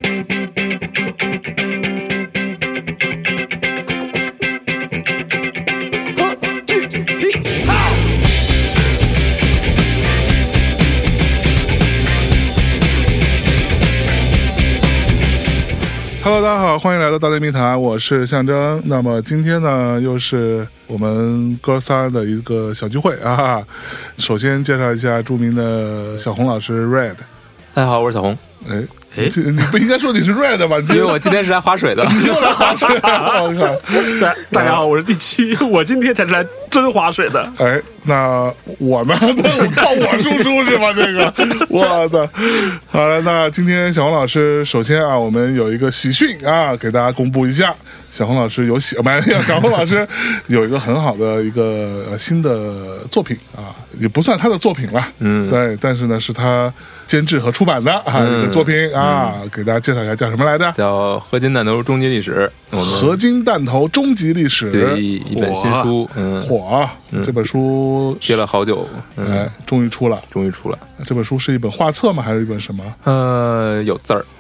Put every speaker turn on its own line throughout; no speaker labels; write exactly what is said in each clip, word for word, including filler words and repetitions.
Hello， 大家好，欢迎来到大内密谈，我是象征。那么今天呢，又是我们哥仨的一个小聚会啊。首先介绍一下著名的小红老师 Red。
大家好，我是小红。
哎哎，你不应该说你是 Red 吧？
因为我今天是来划水的。
你又来划水了，我靠！
大大家好，我是第七，我今天才是来真划水的。
哎，那我呢？靠我输出是吧？这个，我的。好了，那今天小红老师，首先啊，我们有一个喜讯啊，给大家公布一下。小红老师有喜，没有？小红老师有一个很好的一个、呃、新的作品啊，也不算他的作品了，嗯，对，但是呢，是他监制和出版的啊、嗯、一个作品啊、嗯，给大家介绍一下，叫什么来着？
叫《合金弹头终极历史》。
合金弹头终极历史，
对，一本新书，嗯，
火、嗯，这本书
憋了好久，
嗯、哎，终于出了，
终于出了。
这本书是一本画册吗？还是一本什么？
呃，有字儿。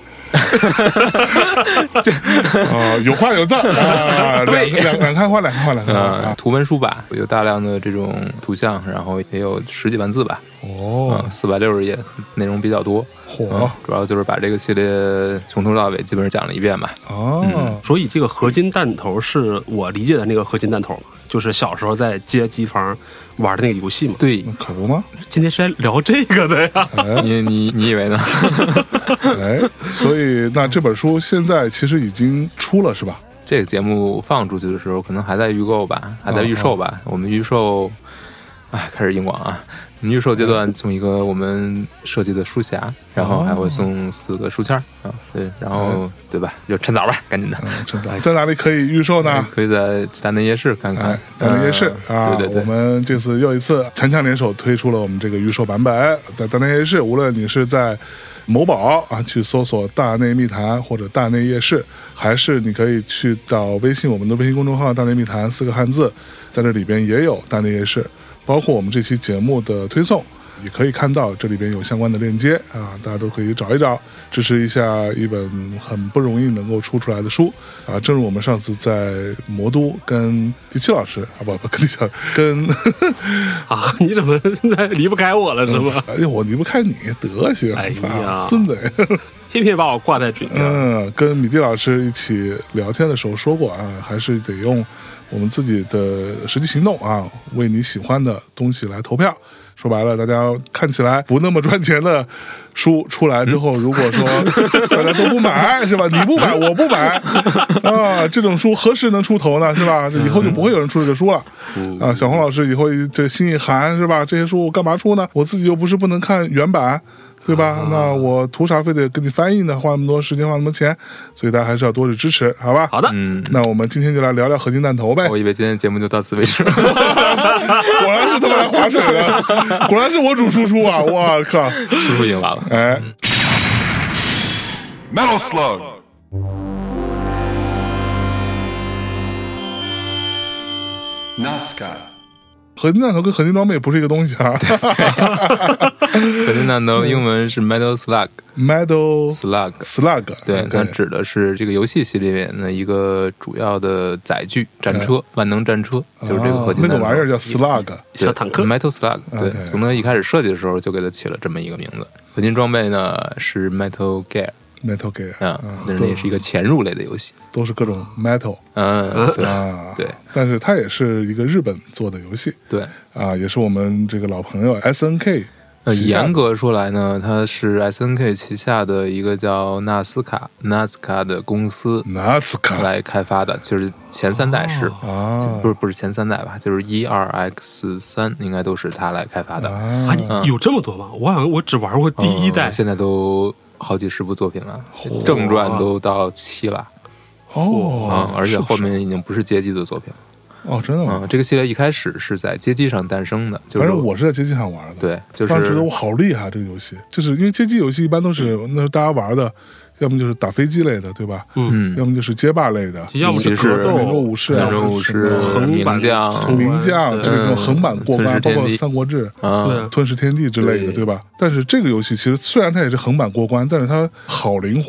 啊，有画有字啊，
对，
两两看画，两看画，两看画、
啊。图文书吧，有大量的这种图像，然后也有十几万字吧。
哦，
四百六十页，内容比较多。
火、
嗯，主要就是把这个系列从头到尾基本上讲了一遍吧。
哦、
嗯，所以这个合金弹头是我理解的那个合金弹头嘛，就是小时候在街机房玩的那个游戏嘛。
对，
可不吗？
今天是来聊这个的呀。
哎、
你你你以为呢？
哎，所以那这本书现在其实已经出了是吧？
这个节目放出去的时候，可能还在预购吧，还在预售吧。哦哦我们预售，哎，开始硬广啊！我们预售阶段送一个我们设计的书匣，然后还会送四个书签啊，对，然后、哎、对吧？就趁早吧，赶紧的。
嗯、趁早，在哪里可以预售呢？
可以在大内夜市看看。
哎、大内夜市、嗯、啊，
对对对，
我们这次又一次强强联手推出了我们这个预售版本，在大内夜市，无论你是在某宝啊去搜索大内密谈或者大内夜市，还是你可以去到微信我们的微信公众号大内密谈四个汉字，在这里边也有大内夜市，包括我们这期节目的推送也可以看到，这里边有相关的链接啊，大家都可以找一找，支持一下一本很不容易能够出出来的书啊。正如我们上次在魔都跟第七老师啊，不不跟第七老师跟
啊，你怎么现在离不开我了是吗？
哎呀，我离不开你，德行，
哎呀，
孙子，
天天把我挂在嘴上。
嗯，跟米蒂老师一起聊天的时候说过啊，还是得用我们自己的实际行动啊，为你喜欢的东西来投票。说白了，大家看起来不那么赚钱的书出来之后，如果说大家都不买，是吧？你不买，我不买啊，这种书何时能出头呢？是吧？以后就不会有人出这个书了啊。小红老师以后这心一寒，是吧？这些书我干嘛出呢？我自己又不是不能看原版。对吧、啊？那我图啥非得给你翻译呢？花那么多时间，花那么多钱，所以大家还是要多去支持，好吧？
好的，
嗯，
那我们今天就来聊聊合金弹头呗。
我以为今天节目就到此为止，
果然是他妈来划水的，果然是我主输出啊！我靠，
输出赢完了，
哎。
Metal Slug。N A S C A。
合金弹头跟合金装备不是一个东西啊。
合金弹头英文是 Metal Slug，Metal
Slug
Slug， 对，
okay.
它指的是这个游戏系列里面的一个主要的载具战车， okay. 万能战车，就是这个合金弹头。
哦、那个玩意儿叫 Slug，
小坦克
，Metal Slug， 对，
okay.
从它一开始设计的时候就给它起了这么一个名字。合金装备呢是 Metal Gear。Metal
Gear
啊，但是那也是一个潜入类的游戏，
都是各种 metal，
嗯，对
啊，
对，
但是它也是一个日本做的游戏，
对
啊，也是我们这个老朋友 S N K。
呃，严格说来呢，它是 S N K 旗下的一个叫纳斯卡 N A S C A 的公司，
纳斯卡
来开发的，就是前三代是，
啊，
不是不是前三代吧，就是一、二、X 三，应该都是它来开发的
啊。
啊有这么多吗？我好像我只玩过第一代，
嗯、现在都好几十部作品了，正传都到七了。
哦，
嗯，而且后面已经不是街机的作品了。
哦，真的吗？
嗯，这个系列一开始是在街机上诞生的，就是
反正我是在街机上玩的。
对，就是
当时觉得我好厉害，这个游戏，就是因为街机游戏一般都是那时候大家玩的，要么就是打飞机类的，对吧？
嗯，
要么就是街霸类的，
要么是格斗、
名中武士、
名中武士、
名
将、
名将，就是这种横版过关，包括三国志、
嗯、
吞噬天地之类的，对吧？但是这个游戏其实虽然它也是横版过关，但是它好灵活。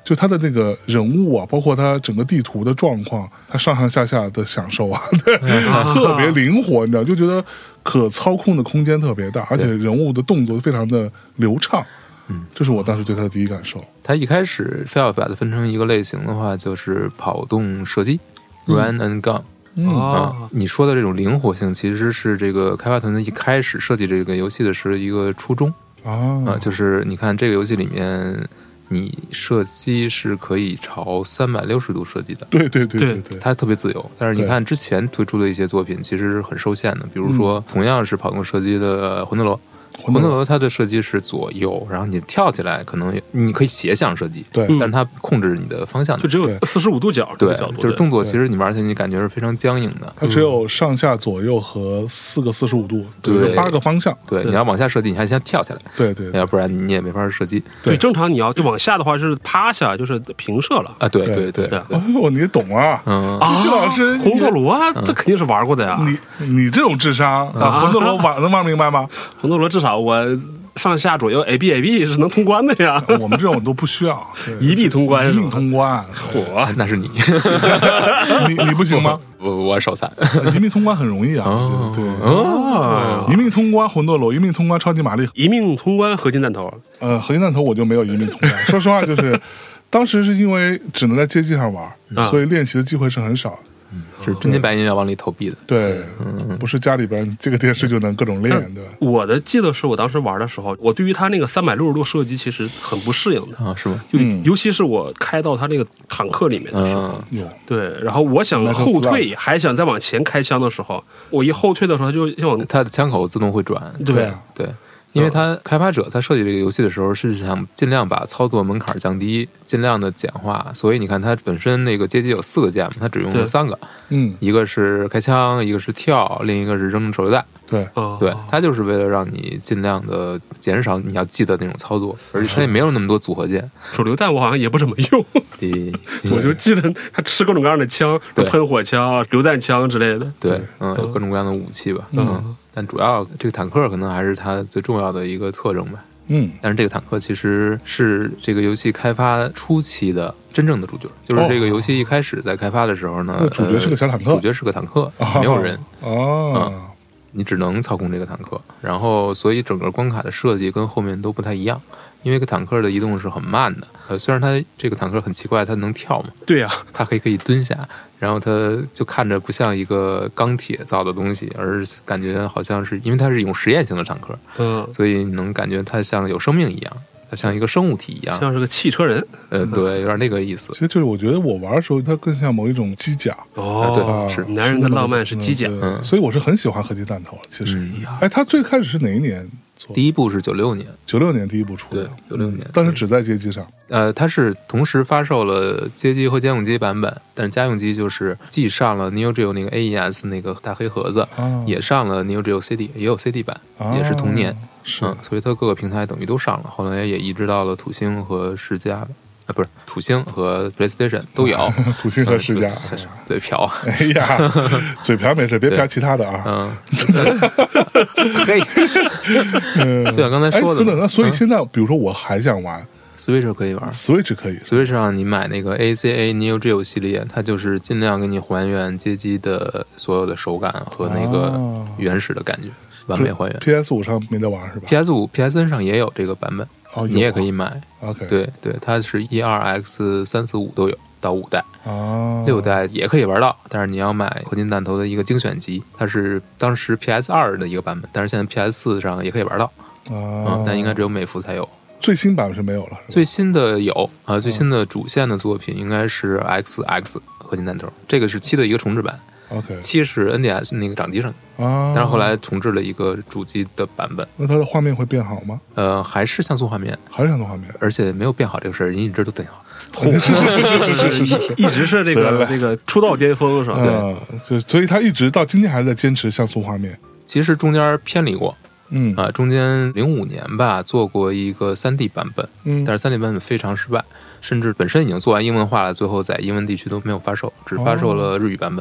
就它的这个人物啊，包括它整个地图的状况，它上上下下的享受啊，对，特别灵活，你知道，就觉得可操控的空间特别大，而且人物的动作非常的流畅。嗯，这是我当时对它的第一感受。
它一开始非要把它分成一个类型的话，就是跑动射击、嗯、，run and gun。
嗯
啊，你说的这种灵活性，其实是这个开发团队一开始设计这个游戏的时候一个初衷
啊，
啊，就是你看这个游戏里面，你射击是可以朝三百六十度射击的，
对对对对对，
它特别自由。但是你看之前推出的一些作品，其实是很受限的，比如说、嗯、同样是跑动射击的魂斗罗。魂斗罗它的射击是左右，然后你跳起来可能你可以斜向射击，
对，
但是它控制你的方向
就只有四十五度角，
对，就是动作其实你玩起来你感觉是非常僵硬的。
它只有上下左右和四个四十五度，
对，
八个方向。
对，你要往下射击，你还先跳起来，
对对，
要不然你也没法射击。
对，正常你要就往下的话是趴下，就是平射了
啊。对对对，
哎呦，你懂啊？
嗯
啊，这老师
魂斗罗这肯定是玩过的呀。
你你这种智商啊，魂斗罗玩能玩明白吗？
魂斗罗至少我。上下左右 A B A B 是能通关的呀，
我们这种都不需要，
一臂通关，
一命通关，
火，
那是你，
你你不行吗？
我我手残，
一命通关很容易啊，
哦、
对，
哦，
一命通关魂斗罗，一命通关超级玛丽，
一命通关合金弹头，
呃，合金弹头我就没有一命通关，说实话就是，当时是因为只能在街机上玩，
啊、
所以练习的机会是很少。
是真金白银要往里投币的，
对，嗯、不是家里边这个电视就能各种练，对吧？
我的记得是我当时玩的时候，我对于他那个三百六十度射击其实很不适应的
啊，是吗？
就、嗯、尤其是我开到他那个坦克里面的时候，
嗯、
对，然后我想后退，还想再往前开枪的时候，我一后退的时候，他就像
他的枪口自动会转，
对
对。因为他开发者他设计这个游戏的时候是想尽量把操作门槛降低，尽量的简化，所以你看它本身那个街机有四个键嘛，它只用了三个，
嗯，
一个是开枪，一个是跳，另一个是扔手榴弹，
对，
对，它就是为了让你尽量的减少你要记得那种操作，而且它也没有那么多组合键。
手榴弹我好像也不怎么用，
对，
我就记得他吃各种各样的枪，喷火枪、榴弹枪之类的，
对，嗯，有各种各样的武器吧，嗯。嗯但主要这个坦克可能还是它最重要的一个特征吧。
嗯，
但是这个坦克其实是这个游戏开发初期的真正的主角，就是这个游戏一开始在开发的时候呢，
哦、主角是个小坦克，
呃、主角是个坦克，哦、没有人
哦、
嗯，你只能操控这个坦克，然后所以整个关卡的设计跟后面都不太一样。因为一个坦克的移动是很慢的，呃，虽然它这个坦克很奇怪，它能跳嘛，
对呀、啊，
它可以可以蹲下，然后它就看着不像一个钢铁造的东西，而感觉好像是因为它是一种实验性的坦克，
嗯，
所以你能感觉它像有生命一样，它像一个生物体一样，
像是个汽车人，
呃，对，有点那个意思。
其实就是我觉得我玩的时候，它更像某一种机甲。
哦，
对，
啊、
是
男人的浪漫是机甲，
嗯，所以我是很喜欢合金弹头。其实，嗯、哎，它最开始是哪一年？
第一部是九六年，
九六年第一部出的，
九六年、嗯，
但是只在街机上。
呃，它是同时发售了街机和家用机版本，但是家用机就是既上了 Neo Geo 那个 A E S 那个大黑盒子，
啊、
也上了 Neo Geo C D， 也有 C D 版，
啊、
也是同年，
是
嗯，所以它各个平台等于都上了，后来也移植到了土星和世嘉。啊，不是土星和 PlayStation 都有，
土星和世嘉，
嗯、嘴瓢。
哎呀，嘴瓢没事，别瓢其他的啊。
嗯，嘿，就像刚才说的，
等等，那所以现在，比如说我还想玩
Switch 可以玩
，Switch 可以
，Switch 上你买那个 A C A Neo Geo 系列，它就是尽量给你还原街机的所有的手感和那个原始的感觉。完美还原
，P S 五 上没得玩是吧
？P S 五、P S N 上也有这个版本，
哦，
你也可以买。
OK，
对对，它是一二 X 三四五都有到五代，
哦，
六代也可以玩到，但是你要买合金弹头的一个精选集，它是当时 P S 二的一个版本，但是现在 P S 四上也可以玩到，
哦、
嗯，但应该只有美服才有。
最新版是没有了，
最新的有啊、呃，最新的主线的作品应该是 X X 合金弹头，这个是七的一个重置版。
OK，
七是 N D S 那个掌机上的
啊，
但是后来重置了一个主机的版本。
那它的画面会变好吗？
呃，还是像素画面，
还是像素画面，
而且没有变好这个事儿，人一直都挺好。
是是是是是是是，
一直是这个那个出道巅峰是吧？
对，就所以他一直到今天还是在坚持像素画面。
其实中间偏离过，
嗯
啊，中间零五年吧做过一个三 D 版本，
嗯，
但是三 D 版本非常失败，甚至本身已经做完英文化了，最后在英文地区都没有发售，只发售了日语版本。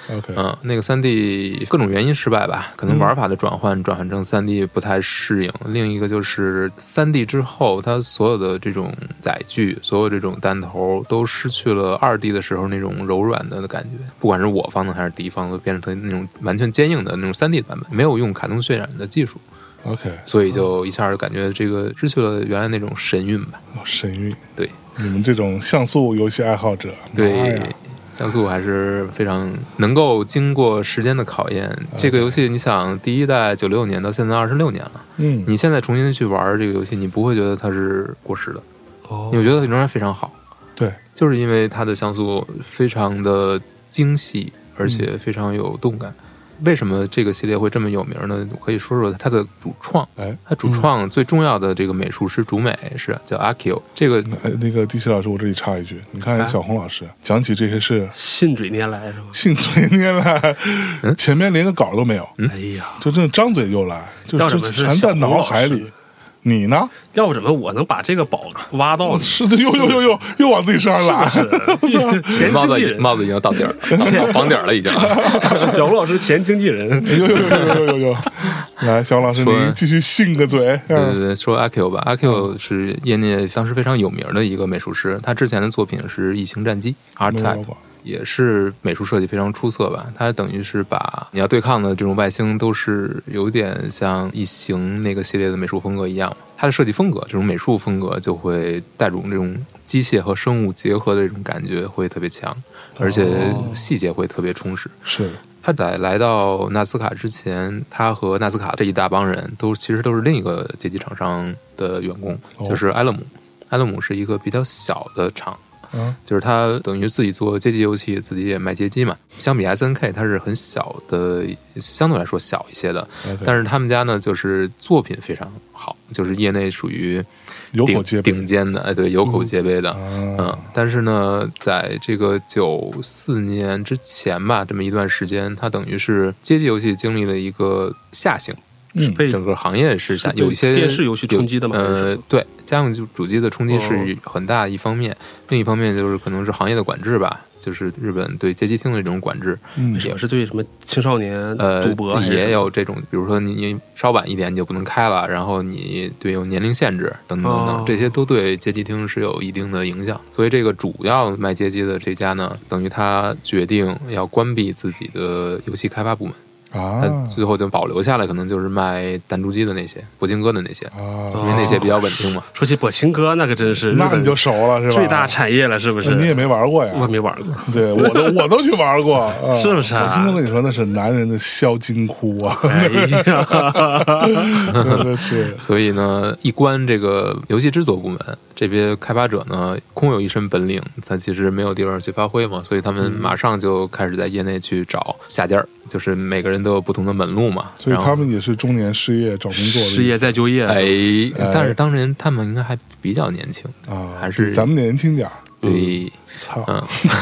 OK，
嗯，那个三 D 各种原因失败吧，可能玩法的转换、嗯、转换成三 D 不太适应。另一个就是三 D 之后，它所有的这种载具，所有这种弹头都失去了二 D 的时候那种柔软的感觉。不管是我方的还是敌方的，变成那种完全坚硬的那种三 D 版本，没有用卡通渲染的技术。
OK，
所以就一下就感觉这个失去了原来那种神韵吧。
哦，神韵，
对，
你们这种像素游戏爱好者，
对。像素还是非常能够经过时间的考验。Okay. 这个游戏，你想，第一代九六年到现在二十六年了，嗯，你现在重新去玩这个游戏，你不会觉得它是过时的，哦，你会觉得仍然非常好。
对，
就是因为它的像素非常的精细，而且非常有动感。嗯，为什么这个系列会这么有名呢？我可以说说它的主创。哎，它主创最重要的这个美术师主美是叫 Akio。这个
那个地奇老师，我这里插一句，你看小红老师、啊、讲起这些事，
信嘴拈来是吧？
信嘴拈来，嗯、前面连个稿都没有。
嗯、
哎呀，
就这张嘴就来，就就全在脑海里。你呢？
要不怎么我能把这个宝挖到？
是的，又又又又又往自己身上拉。
前
帽子帽子已经到底儿了，房顶了已经。
小吴老师前经纪人，
呦呦呦呦呦呦！来，小吴老师，您继续信个嘴。
对对对，说阿 Q 吧，阿 Q 是业内当时非常有名的一个美术师，他之前的作品是《异形战机》R-Type。也是美术设计非常出色吧，它等于是把你要对抗的这种外星都是有点像异形那个系列的美术风格一样，它的设计风格这种美术风格就会带种这种机械和生物结合的这种感觉会特别强，而且细节会特别充实。
是
他在来到纳斯卡之前，他和纳斯卡这一大帮人都其实都是另一个街机厂商的员工，就是埃勒姆。埃勒姆是一个比较小的厂。嗯，就是他等于自己做街机游戏，自己也卖街机嘛。相比 S N K， 它是很小的，相对来说小一些的。Okay. 但是他们家呢，就是作品非常好，就是业内属于
有口皆碑
顶尖的，哎，对，有口皆碑的。嗯, 嗯，但是呢，在这个九四年之前吧，这么一段时间，它等于是街机游戏经历了一个下行。
嗯，
整个行业是下有一些
电视游戏冲击的嘛？
呃，对，家用主机的冲击是很大一方面，哦、另一方面就是可能是行业的管制吧，就是日本对街机厅的这种管制，
嗯，也是对什么青少年赌博、
呃、也有这种，比如说你稍晚一点你就不能开了，然后你对有年龄限制等等等等，哦、这些都对街机厅是有一定的影响。所以这个主要卖街机的这家呢，等于他决定要关闭自己的游戏开发部门。
啊，
他最后就保留下来，可能就是卖弹珠机的那些，铂金哥的那些，啊，因为那些比较稳定嘛。
说起铂金哥，那个真是
那你就熟了是吧？
最大产业了是不是？
你也没玩过呀？
我没玩过，
对我都我都去玩过，啊、
是不是、啊？
铂金哥跟你说那是男人的销金窟啊！哎呀，真的是。
所以呢，一关这个游戏制作部门，这边开发者呢空有一身本领，他其实没有地方去发挥嘛，所以他们马上就开始在业内去找下家，就是每个人都有不同的门路嘛，
所以他们也是中年失业找工作的，
失业再就业。
哎，但是当年他们应该还比较年轻
啊，
还是
咱们年轻点。
对，
操，
嗯，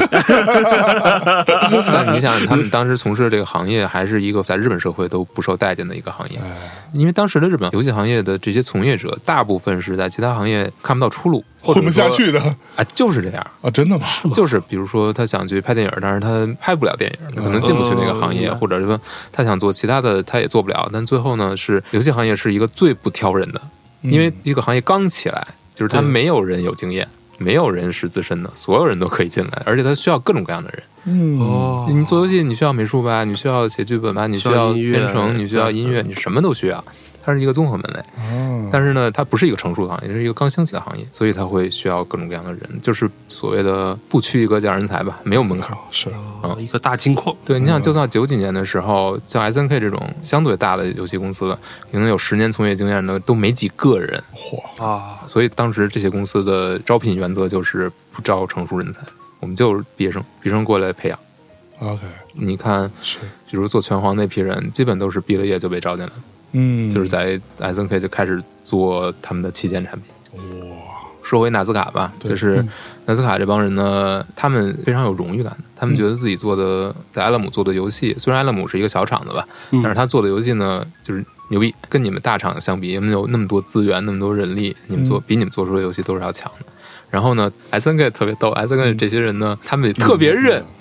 但你想，他们当时从事这个行业，还是一个在日本社会都不受待见的一个行业，因为当时的日本游戏行业的这些从业者，大部分是在其他行业看不到出路，
混不下去的
啊，就是这样
啊，真的吗？
就是比如说他想去拍电影，但是他拍不了电影，可能进不去那个行业，或者说他想做其他的，他也做不了。但最后呢，是游戏行业是一个最不挑人的，因为这个行业刚起来，就是他没有人有经验。没有人是资深的，所有人都可以进来，而且他需要各种各样的人。
嗯，
哦，你做游戏，你需要美术吧，你需要写剧本吧，你需要编程，你需要音乐，你什么都需要。它是一个综合门类，
哦，
但是呢，它不是一个成熟的行业，是一个刚兴起的行业，所以它会需要各种各样的人，就是所谓的不缺一个匠人才吧，没有门槛，
是
啊，一个大金矿。
对，你想，就到九几年的时候，像 S N K 这种相对大的游戏公司，可能有十年从业经验的都没几个人，
嚯
啊！所以当时这些公司的招聘原则就是不招成熟人才，我们就是毕业生，毕业生过来培养。
OK，
你看，比如做拳皇那批人，基本都是毕了业就被招进来了。
嗯，
就是在 S N K 就开始做他们的旗舰产品。
哇，
说回纳斯卡吧，就是纳斯卡这帮人呢，他们非常有荣誉感的，他们觉得自己做的在埃勒姆做的游戏，虽然埃勒姆是一个小厂子吧，但是他做的游戏呢，就是牛逼，跟你们大厂相比，你们有那么多资源，那么多人力，你们做比你们做出的游戏都是要强的。然后呢 ，S N K 特别逗 ，S N K 这些人呢，他们也特别认，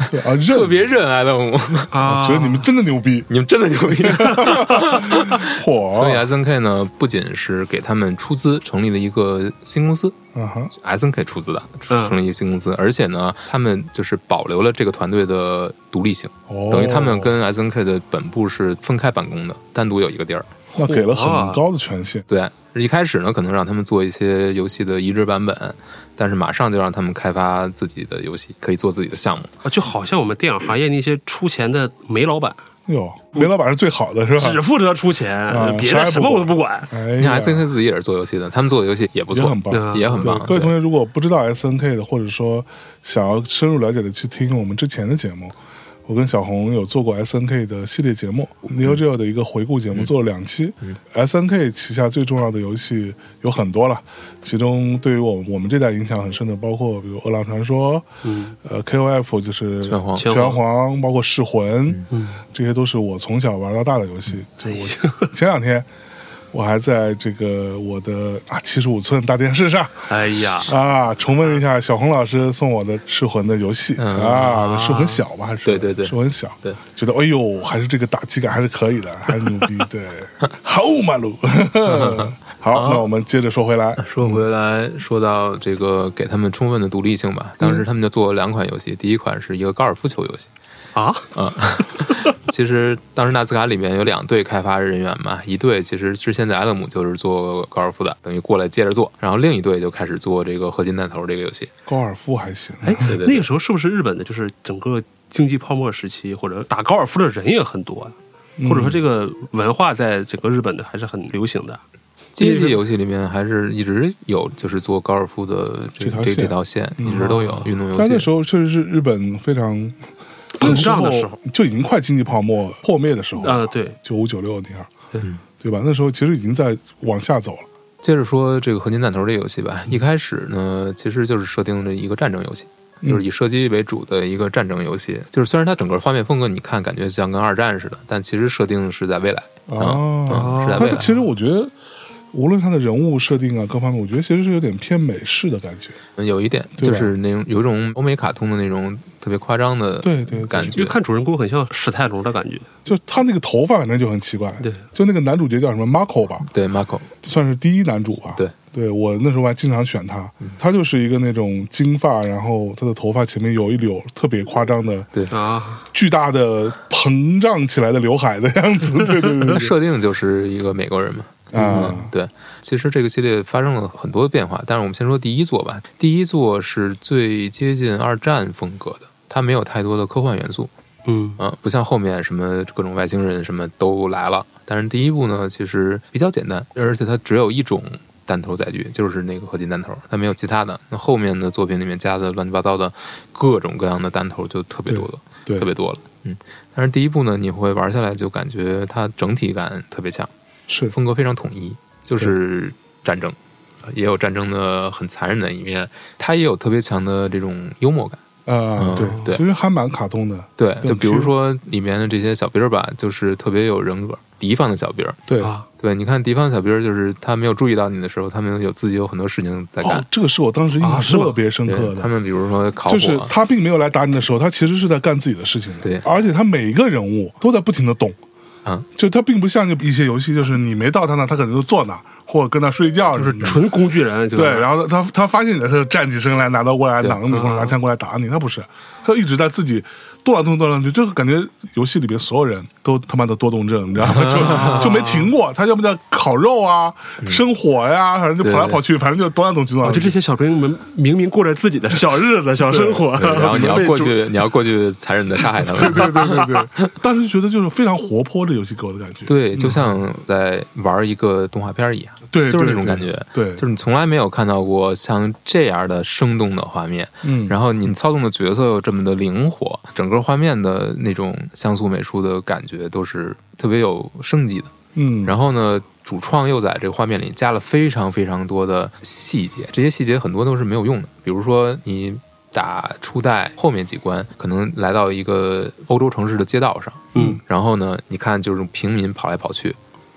啊，认
特别认 S N K
啊，
觉得你们真的牛逼，
你们真的牛逼。
嚯！
所以 S N K 呢，不仅是给他们出资成立了一个新公司。
啊哈
S N K 出资的，成立一个新公司，而且呢，他们就是保留了这个团队的独立性，
哦
等于他们跟 S N K 的本部是分开办公的，单独有一个地儿。
那给了很高的权限。
对，一开始呢，可能让他们做一些游戏的移植版本，但是马上就让他们开发自己的游戏，可以做自己的项目。
啊，就好像我们电影行业那些出钱的煤老板，
哟，煤老板是最好的，是吧？
只负责出钱，
啊
别的什么我都不管。
哎
你看
呀
S N K 自己也是做游戏的，他们做的游戏也不错，
也很棒，
嗯
也很棒。
各位同
对
学如果不知道 S N K 的，或者说想要深入了解的，去听我们之前的节目。我跟小红有做过 S N K 的系列节目 Neo Geo 的一个回顾节目，做了两期。
嗯、
S N K 旗下最重要的游戏有很多了，其中对于我我们这代影响很深的，包括比如《饿狼传说》，
嗯，
呃 K O F 就是
拳皇，
拳皇，包括噬魂，
嗯，
这些都是我从小玩到大的游戏。就我前两天。我还在这个我的啊七十五寸大电视上，
哎呀
啊，重温了一下小红老师送我的噬魂的游戏、
嗯、
啊，噬魂小吧还是？
对对对，
噬魂小，
对，
觉得哎呦，还是这个打击感还是可以的，还是牛逼，对，好马路。好，那我们接着说回来，
说回来，说到这个给他们充分的独立性吧。当时他们就做了两款游戏，第一款是一个高尔夫球游戏
啊
啊。其实当时纳斯卡里面有两队开发人员嘛，一队其实之前在埃勒姆就是做高尔夫的，等于过来接着做，然后另一队就开始做这个合金弹头这个游戏。
高尔夫还行，
哎，
对对对，
那个时候是不是日本的就是整个经济泡沫时期，或者打高尔夫的人也很多、啊嗯、或者说这个文化在整个日本的还是很流行的。
街机游戏里面还是一直有，就是做高尔夫的这
这条线，
这条线一直都有、嗯、运动游戏。
但那时候确实是日本非常
膨胀的时候，
就已经快经济泡沫破灭的时候
啊、呃，对，
九五九六那样，
对
对吧？那时候其实已经在往下走了。
接着说这个合金弹头这个游戏吧，一开始呢，其实就是设定了一个战争游戏。就是以射击为主的一个战争游戏，就是虽然它整个画面风格你看感觉像跟二战似的，但其实设定是在未来
哦、
嗯，是在未来。
它其实我觉得，无论它的人物设定啊各方面，我觉得其实是有点偏美式的感觉，
有一点就是那种有一种欧美卡通的那种特别夸张的
对对
感觉，
因为看主人公很像史泰龙的感觉，
就他那个头发反正就很奇怪，
对，
就那个男主角叫什么 Marco 吧，
对 Marco
算是第一男主吧，
对。
对我那时候还经常选他，他就是一个那种金发，然后他的头发前面有一绺特别夸张的，
对
啊，
巨大的膨胀起来的刘海的样子，对对对对，
他设定就是一个美国人嘛，
啊、
嗯，对。其实这个系列发生了很多的变化，但是我们先说第一作吧。第一作是最接近二战风格的，它没有太多的科幻元素。
嗯
啊，不像后面什么各种外星人什么都来了，但是第一部呢，其实比较简单，而且它只有一种弹头载具，就是那个合金弹头，它没有其他的。那后面的作品里面加的乱七八糟的各种各样的弹头就特别多了，
对，
特别多了。嗯，但是第一部呢，你会玩下来就感觉它整体感特别强，
是
风格非常统一，就是战争，也有战争的很残忍的一面，它也有特别强的这种幽默感。
啊、呃
嗯，
对
对，
其实还蛮卡通的。
对，就比如说里面的这些小兵儿吧，就是特别有人格，敌方的小兵儿。
对
啊，
对，你看敌方的小兵儿，就是他没有注意到你的时候，他们有自己有很多事情在干。
哦，这个是我当时印象特别深刻的。
他们比如说烤火，
就是他并没有来打你的时候，他其实是在干自己的事情的。
对，
而且他每一个人物都在不停的动。
啊，
就他并不像一些游戏，就是你没到他那，他可能就坐那或者跟那睡觉，
就是纯工具人。
对，然后他他他发现你的，他就站起身来，拿刀过来挡你，或者拿枪过来打你。他不是，他一直在自己动来动动来动去，就感觉游戏里边所有人都他妈的多动症，你知道吗？就就没停过。他要不在烤肉啊、生火呀，反正就跑来跑去，反正就动来动去。
就这些小兵们明明过着自己的小日子、小生活，
然后你要过去，你要过去残忍的杀害他们。
对对对对对，当时觉得就是非常活泼的游戏给我的感觉。
对，就像在玩一个动画片一样。
对，
就是那种感觉。
对，
就是你从来没有看到过像这样的生动的画面。
嗯，
然后你操纵的角色又这么的灵活，整个画面的那种像素美术的感觉都是特别有生机的。
嗯，
然后呢，主创又在这个画面里加了非常非常多的细节，这些细节很多都是没有用的。比如说你打初代后面几关，可能来到一个欧洲城市的街道上，
嗯，
然后呢，你看就是平民跑来跑去。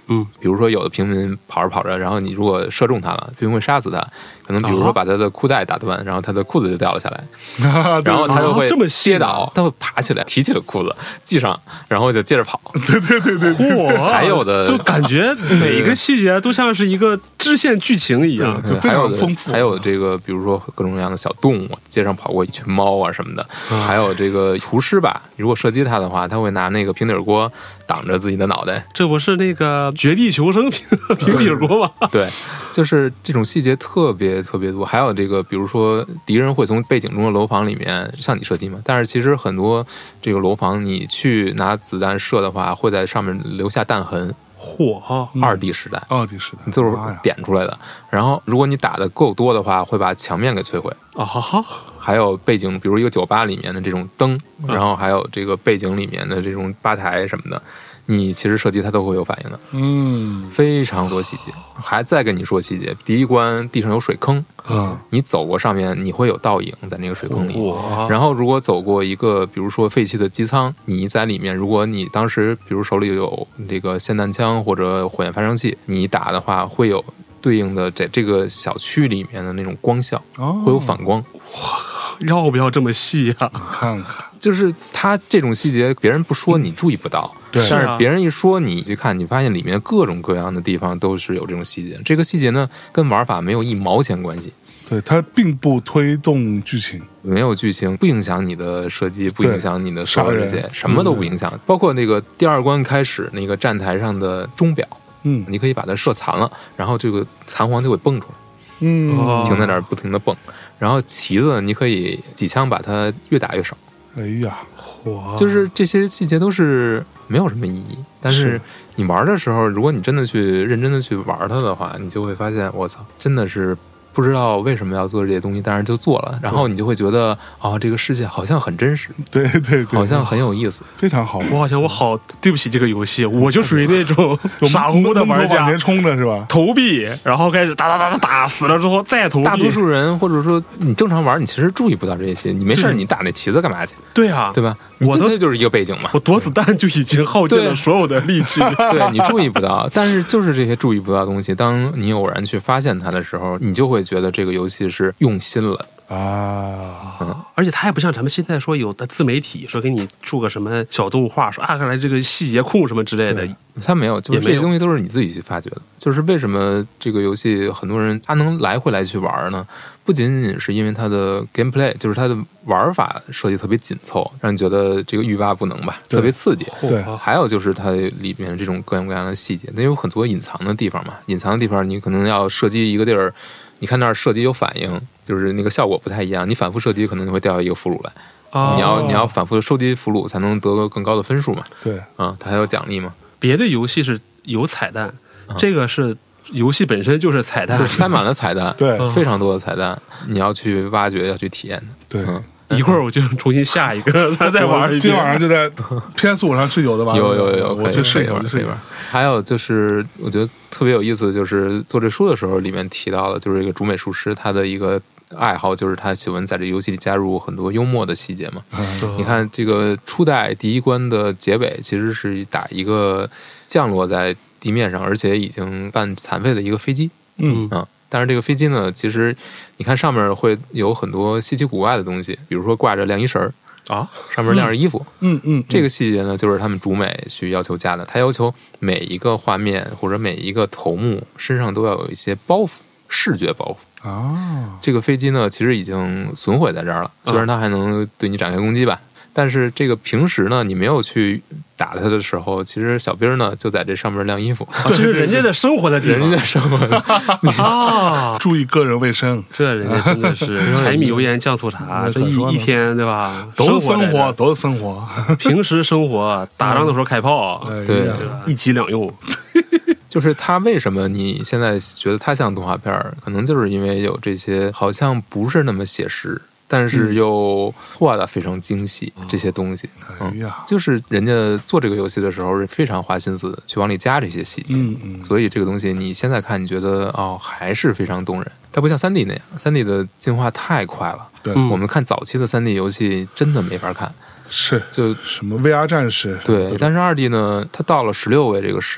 嗯，
比如说有的平民跑着跑着，然后你如果射中他了，平民会杀死他，可能比如说把他的裤带打断，然后他的裤子就掉了下来，然后他就会
啊这么细
跌倒，他会爬起来提起了裤子系上，然后就接着跑。
对对对对对，
嚯，
还有的
就感觉每一个细节都像是一个支线剧情一样。
对，
非
还有的
常丰富
还有这个，比如说各种各样的小动物，街上跑过一群猫啊什么的，还有这个厨师吧，如果射击他的话，他会拿那个平底锅挡着自己的脑袋。
这不是那个《绝地求生》平平底锅吗？
对，就是这种细节特别特别多。还有这个，比如说敌人会从背景中的楼房里面向你射击嘛，但是其实很多这个楼房你去拿子弹射的话，会在上面留下弹痕。
嚯，
二 D 时代，
奥迪时代
就是
妈呀
点出来的。然后，如果你打的够多的话，会把墙面给摧毁。
啊哈哈，
还有背景，比如一个酒吧里面的这种灯，然后还有这个背景里面的这种吧台什么的，你其实射击它都会有反应的，
嗯
非常多细节。还再跟你说细节，第一关地上有水坑，
嗯
你走过上面，你会有倒影在那个水坑里。
哇，
然后，如果走过一个，比如说废弃的机舱，你在里面，如果你当时比如手里有这个霰弹枪或者火焰发生器，你打的话，会有对应的在这个小区里面的那种光效，
哦
会有反光。
要不要这么细呀？
看看
就是它这种细节，别人不说你注意不到，
对
但
是啊
是别人一说你去看，你发现里面各种各样的地方都是有这种细节。这个细节呢，跟玩法没有一毛钱关系。
对它并不推动剧情，
没有剧情，不影响你的射击，不影响你的所有这些
杀人，
什么都不影响。包括那个第二关开始那个站台上的钟表，
嗯
你可以把它射残了，然后这个弹簧就会蹦出来，
嗯
哦
停在那儿不停的蹦。然后旗子你可以几枪把它越打越少，
哎呀，
哇，
就是这些细节都是没有什么意义。但是
是
你玩的时候，如果你真的去认真的去玩它的话，你就会发现，我操，真的是。不知道为什么要做这些东西，但是就做了，然后你就会觉得啊、哦，这个世界好像很真实，
对对对，
好像很有意思。
非常好，
我好像我好对不起这个游戏，我就属于那种傻乎乎的玩家
闷头往前，冲的是吧？
投币，然后开始打打打打打，死了之后再投币。
大多数人或者说你正常玩，你其实注意不到这些，你没事儿你打那旗子干嘛去，
对啊，
对吧？你
我都
这就是一个背景嘛
我，躲子弹就已经耗尽了
对
所有的力气。
对你注意不到，但是就是这些注意不到的东西，当你偶然去发现它的时候，你就会觉得这个游戏是用心了。
啊，
而且它还不像咱们现在说有的自媒体说给你做个什么小动画，说啊，看来这个细节控什么之类的
对，
它没有，就是
也没有
这些东西都是你自己去发掘的。就是为什么这个游戏很多人他能来回来去玩呢？不仅仅是因为它的 gameplay，就是它的玩法设计特别紧凑，让你觉得这个欲罢不能吧，
对
特别刺激。
对
嚯
还有就是它里面这种各样各样的细节，那有很多隐藏的地方嘛。隐藏的地方，你可能要射击一个地儿，你看那儿射击有反应，就是那个效果不太一样。你反复射击，可能就会掉一个俘虏来。
哦
你要你要反复的收集俘虏，才能得个更高的分数嘛。
对，
啊，它还有奖励嘛，
别的游戏是有彩蛋，这个是游戏本身就是彩蛋
就，塞满了彩蛋，
对
非常多的彩蛋，你要去挖掘，要去体验的。
对。
嗯
一会儿我就重新下一个，再再玩一
今晚
遍。
上就在 P S 五上是有的吧？
有有有，可以
我去试一下，
可以玩
我去试一下
可以玩。。还有就是，我觉得特别有意思，就是做这书的时候，里面提到了，就是这个竹美术师他的一个爱好，就是他喜欢在这游戏里加入很多幽默的细节嘛。
嗯
你看这个初代第一关的结尾，其实是打一个降落在地面上，而且已经半残废的一个飞机。
嗯
啊，但是这个飞机呢，其实你看上面会有很多稀奇古怪的东西，比如说挂着晾衣绳儿
啊，
上面晾着衣服。
嗯嗯，
这个细节呢，就是他们竹美去要求加的。他要求每一个画面或者每一个头目身上都要有一些包袱，视觉包袱。
啊，
这个飞机呢，其实已经损毁在这儿了，虽然它还能对你展开攻击吧。但是这个平时呢，你没有去打它的时候，其实小兵呢就在这上面晾衣服，
啊这是人家的生活的地方
人家在生活。
啊！
注意个人卫生，
这人家真的是柴米油盐酱醋茶，这一
那可说呢
一天对吧？
都是生活，
生在这
都是生活。
平时生活，打仗的时候开炮，
哎呀
对
对吧一机两用。
就是它为什么你现在觉得它像动画片儿，可能就是因为有这些好像不是那么写实，但是又画的非常精细、这些东西。
哎呀，
就是人家做这个游戏的时候是非常花心思去往里加这些细节，
嗯嗯，
所以这个东西你现在看，你觉得哦还是非常动人。它不像三 D 那样，三 D 的进化太快了。
对，
嗯
我们看早期的三 D 游戏真的没法看，
是
就
什么 V R 战士？
对。但是二 D 呢，它到了十六位这个时代，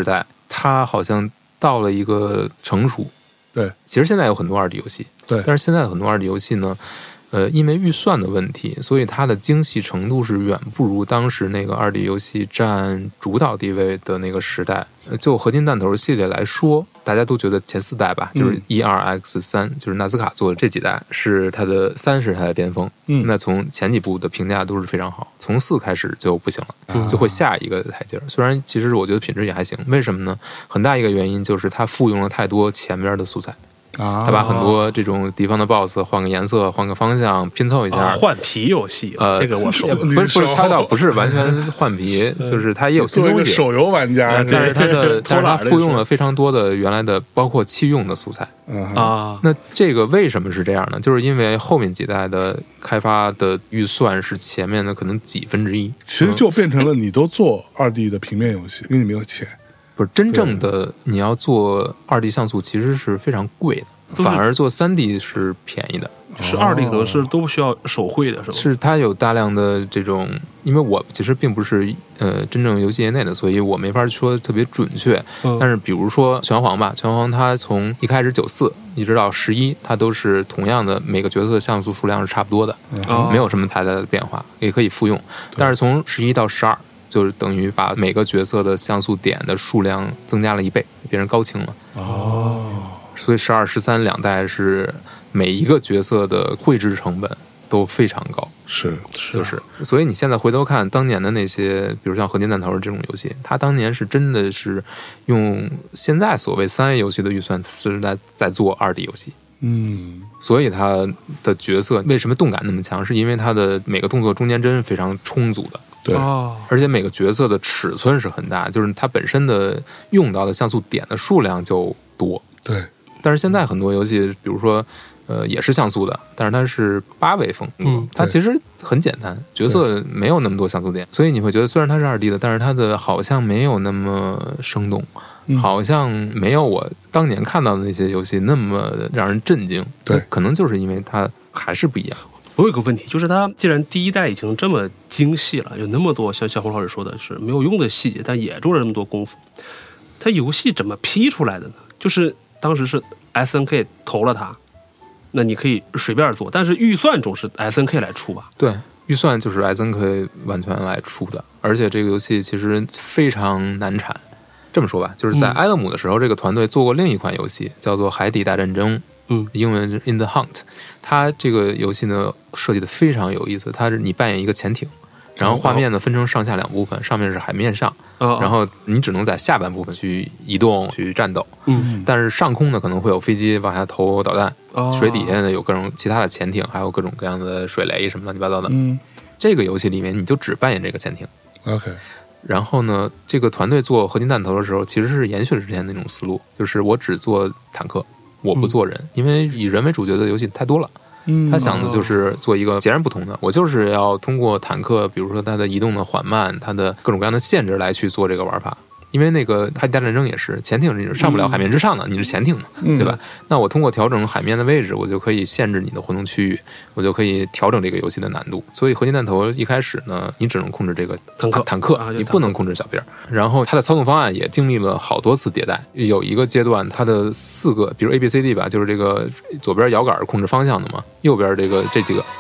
它好像到了一个成熟。
对，
其实现在有很多二 D 游戏，
对，
但是现在的很多二 D 游戏呢，呃，因为预算的问题，所以它的精细程度是远不如当时那个二 D 游戏占主导地位的那个时代。就合金弹头系列来说，大家都觉得前四代吧，就是一、二、X 三，就是纳斯卡做的这几代是它的三是它的巅峰。嗯，那从前几部的评价都是非常好，从四开始就不行了，嗯、就会下一个台阶。虽然其实我觉得品质也还行，为什么呢？很大一个原因就是它复用了太多前边的素材。
啊，
他把很多这种地方的 boss 换个颜色、换个方向，拼凑一下，
啊、换皮游戏，呃，这个我熟。
不是不是，他倒不是完全换皮，就是他也有新东西。
手游玩家，
但是他的，但是他复用了非常多的原来的，包括弃用的素材
啊。
那这个为什么是这样呢？就是因为后面几代的开发的预算是前面的可能几分之一，
其实就变成了你都做二 D 的平面游戏，因为你没有钱。
不是真正的你要做二 D 像素，其实是非常贵的，反而做三 D 是便宜的。
是二 D 可能是都不需要手绘的，是吧？
是它有大量的这种，因为我其实并不是呃真正游戏业内的，所以我没法说特别准确。嗯、但是比如说拳皇吧，拳皇它从一开始九四一直到十一，它都是同样的每个角色的像素数量是差不多的，嗯、没有什么太大的变化，也可以复用。但是从十一到十二。就是等于把每个角色的像素点的数量增加了一倍，变成高清了。
哦，
所以十二、十三两代是每一个角色的绘制成本都非常高。
是，
是就是，所以你现在回头看当年的那些，比如像合金弹头这种游戏，它当年是真的是用现在所谓三 A 游戏的预算是在在做二 D 游戏。
嗯，
所以它的角色为什么动感那么强？是因为它的每个动作中间帧是非常充足的。
对，
而且每个角色的尺寸是很大，就是它本身的用到的像素点的数量就多。
对，
但是现在很多游戏，比如说，呃，也是像素的，但是它是八位风，
嗯，
它其实很简单，角色没有那么多像素点，所以你会觉得虽然它是二 D 的，但是它的好像没有那么生动，嗯、好像没有我当年看到的那些游戏那么让人震惊。
对，
可能就是因为它还是不一样。
我有一个问题，就是它既然第一代已经这么精细了，有那么多像小红老师说的是没有用的细节，但也做了那么多功夫，它游戏怎么批出来的呢？就是当时是 S N K 投了它，那你可以随便做，但是预算总是 S N K 来出吧？
对，预算就是 S N K 完全来出的，而且这个游戏其实非常难产。这么说吧，就是在埃勒姆的时候，嗯、这个团队做过另一款游戏，叫做《海底大战争》。
嗯，
英文是 In the Hunt， 它这个游戏呢设计的非常有意思，它是你扮演一个潜艇，然后画面呢分成上下两部分，上面是海面上，
哦、
然后你只能在下半部分去移动去战斗，
嗯，
但是上空呢可能会有飞机往下投导弹，
哦、
水底下呢有各种其他的潜艇，还有各种各样的水雷什么乱七八糟的，
嗯，
这个游戏里面你就只扮演这个潜艇
，OK。
然后呢，这个团队做合金弹头的时候，其实是延续了之前那种思路，就是我只做坦克。我不做人，嗯、因为以人为主角的游戏太多了。
嗯，
他想的就是做一个截然不同的，我就是要通过坦克，比如说它的移动的缓慢，它的各种各样的限制来去做这个玩法。因为那个海底大战争也是潜艇是上不了海面之上的，嗯、你是潜艇嘛，
嗯、
对吧？那我通过调整海面的位置，我就可以限制你的活动区域，我就可以调整这个游戏的难度。所以合金弹头一开始呢，你只能控制这个
坦克，
坦克，
啊、
你不能控制小兵。然后它的操纵方案也经历了好多次迭代，有一个阶段它的四个，比如 A B C D 吧，就是这个左边摇杆控制方向的嘛，右边这个这几个。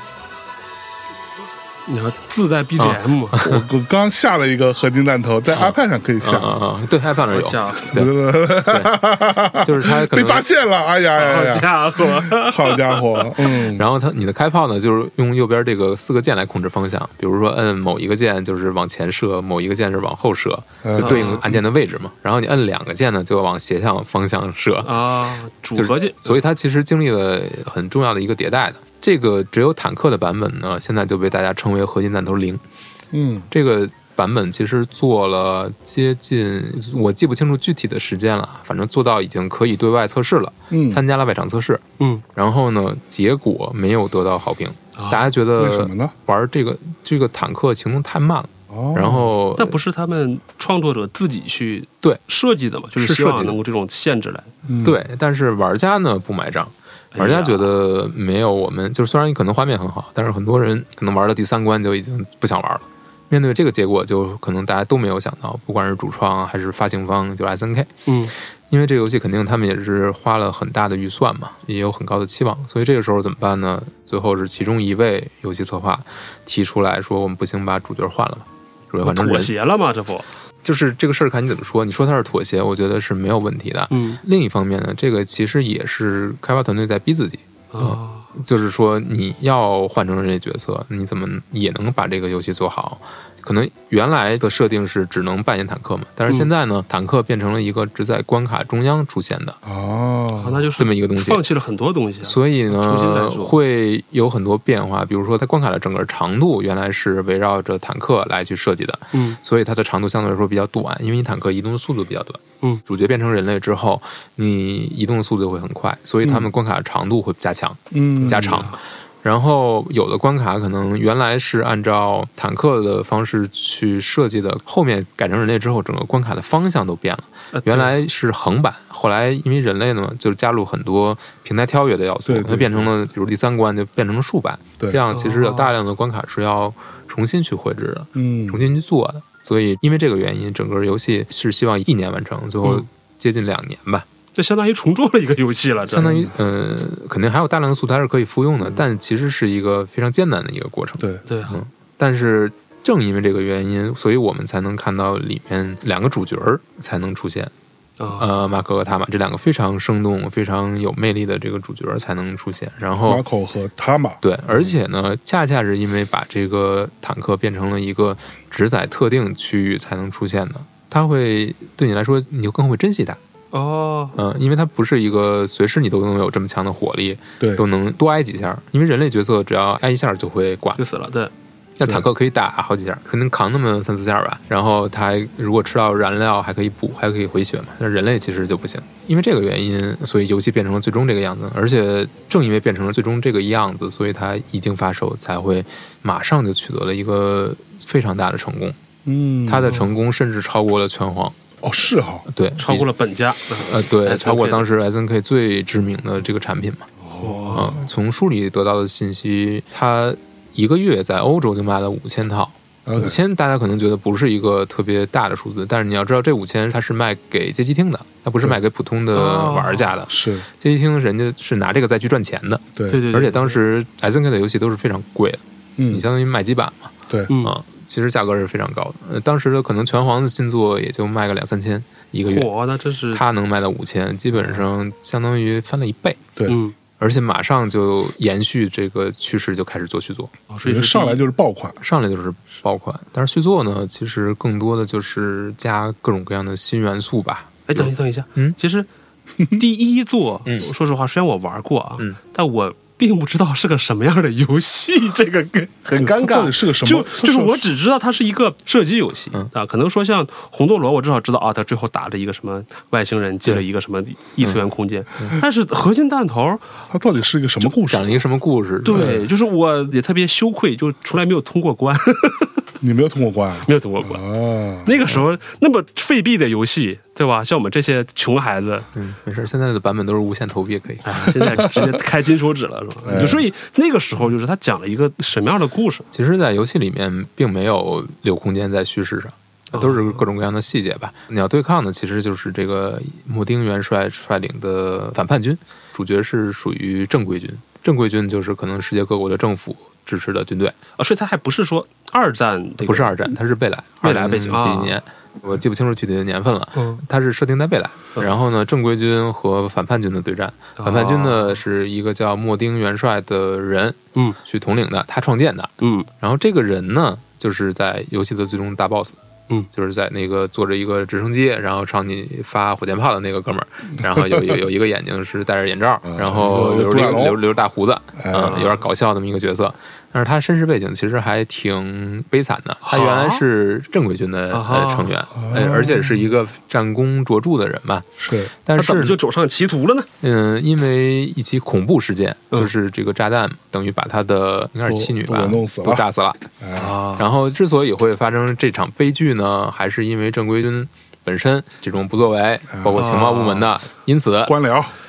你要自带 B G M，、
啊、我我刚下了一个合金弹头，在 iPad 上可以下，
啊啊，对 iPad 上有，
对对对，
就是它可能
被发现了，哎呀呀呀，
好家伙，
好家伙，嗯，
然后它你的开炮呢，就是用右边这个四个键来控制方向，比如说摁某一个键就是往前射，某一个键是往后射，就对应按键的位置嘛。然后你摁两个键呢，就往斜向方向射
啊，组合键，
所以它其实经历了很重要的一个迭代的。这个只有坦克的版本呢，现在就被大家称为合金弹头零。
嗯，
这个版本其实做了接近，我记不清楚具体的时间了，反正做到已经可以对外测试了，
嗯，
参加了外场测试，
嗯，
然后呢，结果没有得到好评，
啊、
大家觉得
为什么呢？
玩这个这个坦克行动太慢了。
哦，
然后
但不是他们创作者自己去
对
设计的嘛，就是希望能够这种限制来，
嗯、
对，但是玩家呢不买账。玩家觉得没有我们，就是虽然可能画面很好，但是很多人可能玩到第三关就已经不想玩了， 面对这个结果，就可能大家都没有想到，不管是主创还是发行方，就是 S N K，
嗯，
因为这个游戏肯定他们也是花了很大的预算嘛，也有很高的期望，所以这个时候怎么办呢？最后是其中一位游戏策划提出来说，我们不行，把主角换了吧，主角换成人。
妥协了吗？这不
就是这个事儿看你怎么说，你说它是妥协，我觉得是没有问题的。
嗯，
另一方面呢，这个其实也是开发团队在逼自己。
哦，
就是说你要换成人类角色，你怎么也能把这个游戏做好？可能原来的设定是只能扮演坦克嘛，但是现在呢，嗯、坦克变成了一个只在关卡中央出现的
哦，
那就是
这么一个东西，
放弃了很多东西、啊，
所以呢会有很多变化。比如说，它关卡的整个长度原来是围绕着坦克来去设计的，
嗯，
所以它的长度相对来说比较短，因为你坦克移动的速度比较短，
嗯，
主角变成人类之后，你移动的速度会很快，所以他们关卡的长度会加强，
嗯，
加长。然后有的关卡可能原来是按照坦克的方式去设计的，后面改成人类之后，整个关卡的方向都变了。原来是横版，后来因为人类呢，就加入很多平台跳跃的要素，它变成了，比如第三关就变成了竖版。这样其实有大量的关卡是要重新去绘制的，嗯，重新去做的。所以因为这个原因，整个游戏是希望一年完成，最后接近两年吧。
这相当于重做了一个游戏了，
相当于呃，肯定还有大量的素材是可以复用的，嗯、但其实是一个非常艰难的一个过程。
对
对啊、
嗯，但是正因为这个原因，所以我们才能看到里面两个主角才能出现，
哦、
呃，马可和塔玛这两个非常生动、非常有魅力的这个主角才能出现。然后
马可和塔玛，
对，而且呢，恰恰是因为把这个坦克变成了一个只在特定区域才能出现的，它会对你来说，你就更会珍惜它。
哦，
嗯，因为它不是一个随时你都能有这么强的火力，
对，
都能多挨几下。因为人类角色只要挨一下就会挂，
就死了。对，
那坦克可以打好几下，可能扛那么三四下吧。然后它还如果吃到燃料还可以补，还可以回血嘛。但人类其实就不行，因为这个原因，所以游戏变成了最终这个样子。而且正因为变成了最终这个样子，所以它一经发售才会马上就取得了一个非常大的成功。
嗯，
它的成功甚至超过了拳皇。
哦，是哈、
哦，对，
超过了本家，
呃，对，超过当时 S N K 最知名的这个产品嘛。
哦，
嗯，从书里得到的信息，它一个月在欧洲就卖了五千套，五千大家可能觉得不是一个特别大的数字，但是你要知道，这五千它是卖给街机厅的，它不是卖给普通的玩家的。
哦、是
街机厅人家是拿这个再去赚钱的。
对
对对，
而且当时 S N K 的游戏都是非常贵的，
嗯，
你相当于卖机版嘛。
对，
嗯。嗯其实价格是非常高的，呃，当时的可能拳皇的新作也就卖个两三千一个月，
哇，那真是
它能卖到五千，基本上相当于翻了一倍。
对，
嗯，
而且马上就延续这个趋势，就开始做续作，
哦，所以是
上来就是爆款，
上来就是爆款。但是续作呢，其实更多的就是加各种各样的新元素吧。
哎，等一等一下，
嗯，
其实第一作，
嗯，
说实话，虽然我玩过啊，
嗯，
但我并不知道是个什么样的游戏，这个很尴尬。
到底是个什么？
就就是我只知道它是一个射击游戏、
嗯、
啊，可能说像红斗罗，我至少知道啊，它最后打了一个什么外星人进了一个什么异次元空间，嗯、但是核心弹头，
它到底是一个什么故事？
讲了一个什么故事？
对，对就是我也特别羞愧，就从来没有通过关。
你没有通过关、啊？
没有通过关
啊！
那个时候那么费币的游戏，对吧？像我们这些穷孩子，
嗯，没事，现在的版本都是无限投币可以。
哎，现在直接开金手指了，是吧？哎、所以那个时候就是他讲了一个什么样的故事？
其实，在游戏里面并没有留空间在叙事上。都是各种各样的细节吧。你要对抗的其实就是这个莫丁元帅率领的反叛军，主角是属于正规军。正规军就是可能世界各国的政府支持的军队
啊，所以它还不是说二战、这个，
不是二战，它是未来，
未来背景
几几年、啊，我记不清楚具体的年份了。
嗯，
它是设定在未来。嗯、然后呢，正规军和反叛军的对战，
哦、
反叛军呢是一个叫莫丁元帅的人，
嗯，
去统领的，他创建的，
嗯，
然后这个人呢，就是在游戏的最终大 boss。
嗯，
就是在那个坐着一个直升机，然后朝你发火箭炮的那个哥们儿，然后有有有一个眼睛是戴着眼罩，然后留着留留着大胡子，嗯，有点搞笑那么一个角色。但是他身世背景其实还挺悲惨的，他原来是正规军的、呃、成员，呃，而且是一个战功卓著的人吧。
是，
但是
他怎么就走上歧途了呢？
嗯，因为一起恐怖事件，就是这个炸弹等于把他的应该是妻女吧
都弄死了，
都炸死了。
啊，
然后之所以会发生这场悲剧呢，还是因为正规军本身这种不作为，包括情报部门的，因此
官僚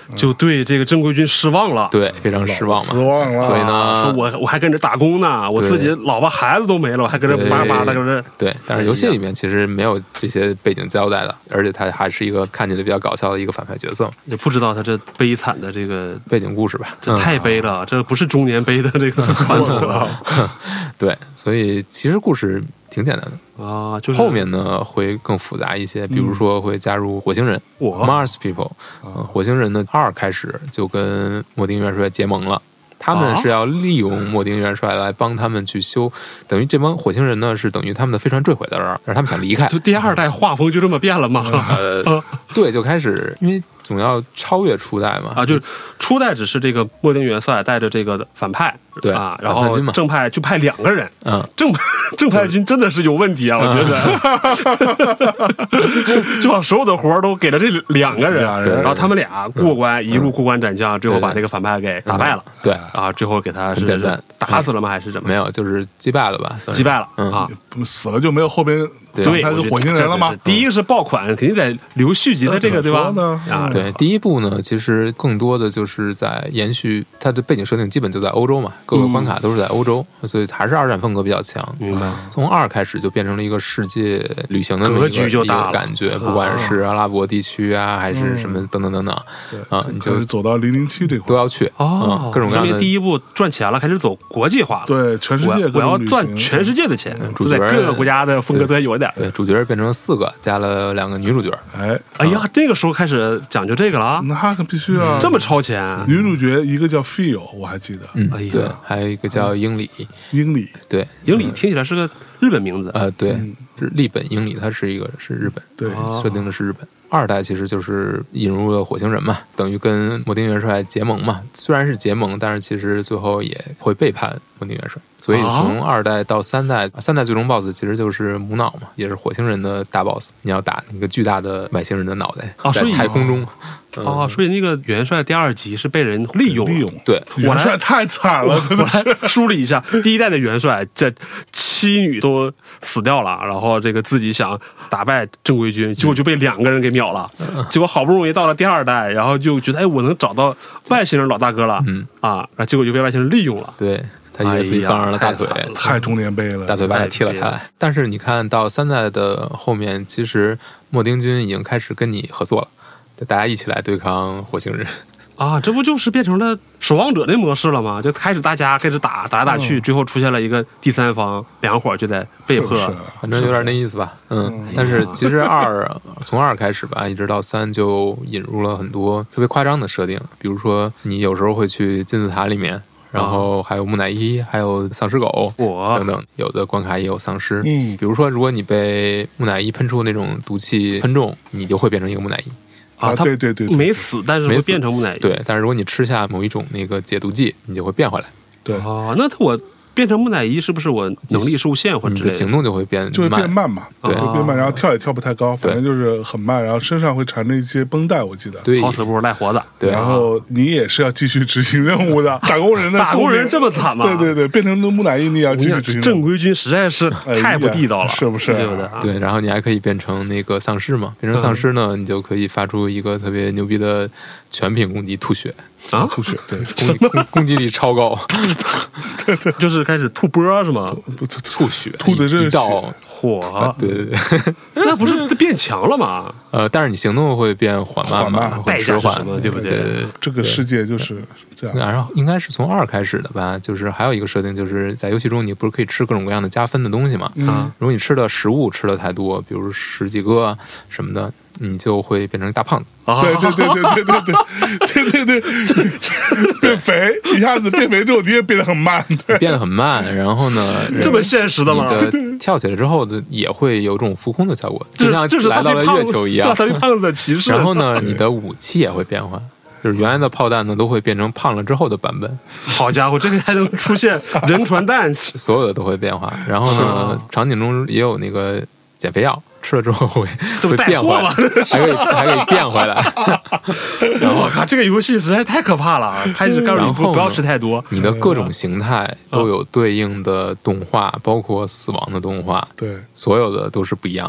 就对这个正规军失望了。
对，非常失望嘛，
失望了。
所以
说
呢，
我我还跟着打工呢，我自己老婆孩子都没了，我还跟着
对
叭叭的跟着。
对，但是游戏里面其实没有这些背景交代的，而且他还是一个看起来比较搞笑的一个反派角色，
也不知道他这悲惨的这个，
背景故事吧。
这太悲了，这不是中年悲的这个传统了
对，所以其实故事挺简单的。
啊，就是
后面呢会更复杂一些，比如说会加入火星人、
我
Mars People，、呃、火星人呢二开始就跟莫丁元帅结盟了。他们是要利用莫丁元帅来帮他们去修，等于这帮火星人呢是等于他们的飞船坠毁在这儿，但是他们想离开。
就第二代画风就这么变了吗？
呃，对，就开始因为总要超越初代嘛。
啊，就是初代只是这个莫丁元帅带着这个反派，
对
啊，然后
反叛军嘛
正派就派两个人，
嗯，
正派正派军真的是有问题啊，我觉得，就把所有的活儿都给了这两个人，
俩人
然后他们俩过关，一路过关斩将，最后把这个反派给打败了，
对，
啊，最后给他是
很简单
打死了吗？还是怎么？
没有，就是击败了吧，算是
击败了
嗯
啊。
死了就没有后边
对
对，
他是
我觉得
火星人了吗
这？这第一个是爆款，肯定得留续集的这个，对吧
怎么说呢？
啊，
对，第一部呢，其实更多的就是在延续它的背景设定，基本就在欧洲嘛，各个关卡都是在欧洲，所以还是二战风格比较强。
明白。
从二开始就变成了一个世界旅行的那么
格
一个一
局就大了
个感觉，不管是阿拉伯地区啊，还是什么等等等等，啊，你
就
就是
走到零零七这块
都要去
哦
嗯，各种各样的
说明第一步赚钱了，开始走国际化了。
对全世
我
界各
我要
种旅行
赚全世界的钱，
主角
在各个国家的风格都有一点。
对主角变成了四个，加了两个女主角。
哎，
哎呀，那个时候开始讲究这个了啊，
那可必须啊！
这么超前。
女主角一个叫 Phil，我还记得，
嗯
哎呀，
对，还有一个叫英里，
英里，
对，
英里听起来是个日本名字，
呃，对，是立本英里，它是一个是日本，
对
哦
设定的是日本。二代其实就是引入了火星人嘛，等于跟莫丁元帅结盟嘛。虽然是结盟，但是其实最后也会背叛莫丁元帅。所以从二代到三代，三代最终 BOSS 其实就是母脑嘛，也是火星人的大 BOSS。你要打一个巨大的外星人的脑袋，在
啊所以
太空中。
哦，所以那个元帅第二集是被人利用了
利用，
对，
元帅太惨了，真的是。
我来梳理一下，第一代的元帅这妻女都死掉了，然后这个自己想打败正规军，结果就被两个人给秒了。结果好不容易到了第二代，然后就觉得哎，我能找到外星人老大哥了，
嗯
啊，然后结果就被外星人利用了。
对。他以为自己杠上了大腿，
哎呀
太中年悲了，
大腿把他踢了开来。但是你看到三代的后面，其实莫丁军已经开始跟你合作了，大家一起来对抗火星人。
啊，这不就是变成了守望者的模式了吗？就开始大家开始打打来打去，
嗯、
最后出现了一个第三方，两伙就在被迫，
反正有点那意思吧。嗯，嗯但是其实二从二开始吧，一直到三就引入了很多特别夸张的设定，比如说你有时候会去金字塔里面。然后还有木乃伊，还有丧尸狗等等，有的关卡也有丧尸。
嗯，
比如说，如果你被木乃伊喷出那种毒气喷中，你就会变成一个木乃伊。
啊，
对对对，
没死，但是会变成木乃伊。
对，但是如果你吃下某一种那个解毒剂，你就会变回来。
对
啊，那我变成木乃伊是不是我能力受限或者之类的？
你的行动就会变慢，
就会变慢嘛，
对，
会变慢，然后跳也跳不太高，反正就是很慢，然后身上会缠着一些绷带，我记得。
对，
好死不如赖活的。
对，
然后你也是要继续执行任务的，打工人的
打工人这么惨吗？
对对对，变成木乃伊你也要继续执行。
正规军实在是太不地道了，
是不是？
对不对？
对，然后你还可以变成那个丧尸嘛，变成丧尸呢，你就可以发出一个特别牛逼的全品攻击，吐血
啊，
吐血，对，
攻攻攻击力超高，
对对，
就是开始吐波是吗？
吐血，
吐的是
道
火，
对对对，
那不是变强了吗？
呃，但是你行动会变缓慢嘛，
代价是什么？对不
对？
这个世界就是这样。
然后应该是从二开始的吧，就是还有一个设定，就是在游戏中你不是可以吃各种各样的加分的东西嘛？
嗯，
如果你吃的食物吃的太多，比如十几个什么的，你就会变成一大胖子。
对对对对对对对对对对，变肥一下子变肥之后你也变得很慢，
变得很慢。然后呢，
这么现实的吗？
你的跳起来之后的也会有这种浮空的效果，
就
像来到了月球一样。
他对胖子的歧视。
然后呢，你的武器也会变化。就是原来的炮弹呢，都会变成胖了之后的版本。
好家伙，这个还能出现人传弹，
所有的都会变化。然后呢，场景中也有那个减肥药，吃了之后会会变回来，还可以还可以变回来。
然后我靠，这个游戏实在太可怕了！开始告诉你不要吃太多。
你的各种形态都有对应的动画，包括死亡的动画，
对，
所有的都是不一样的。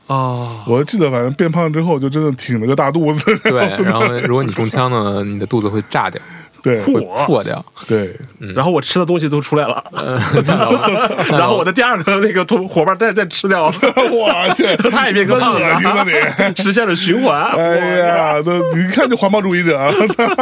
哦，
我记得反正变胖之后就真的挺了个大肚子，
对，然后如果你中枪呢，你的肚子会炸掉，
对
会破掉。
对，
然后我吃的东西都出来了，然后我的第二个那个同伙伴再再吃掉，
我去，
太变个胖
恶心了
了，
你！
实现了循环。
哎呀，这你一看就环保主义者啊！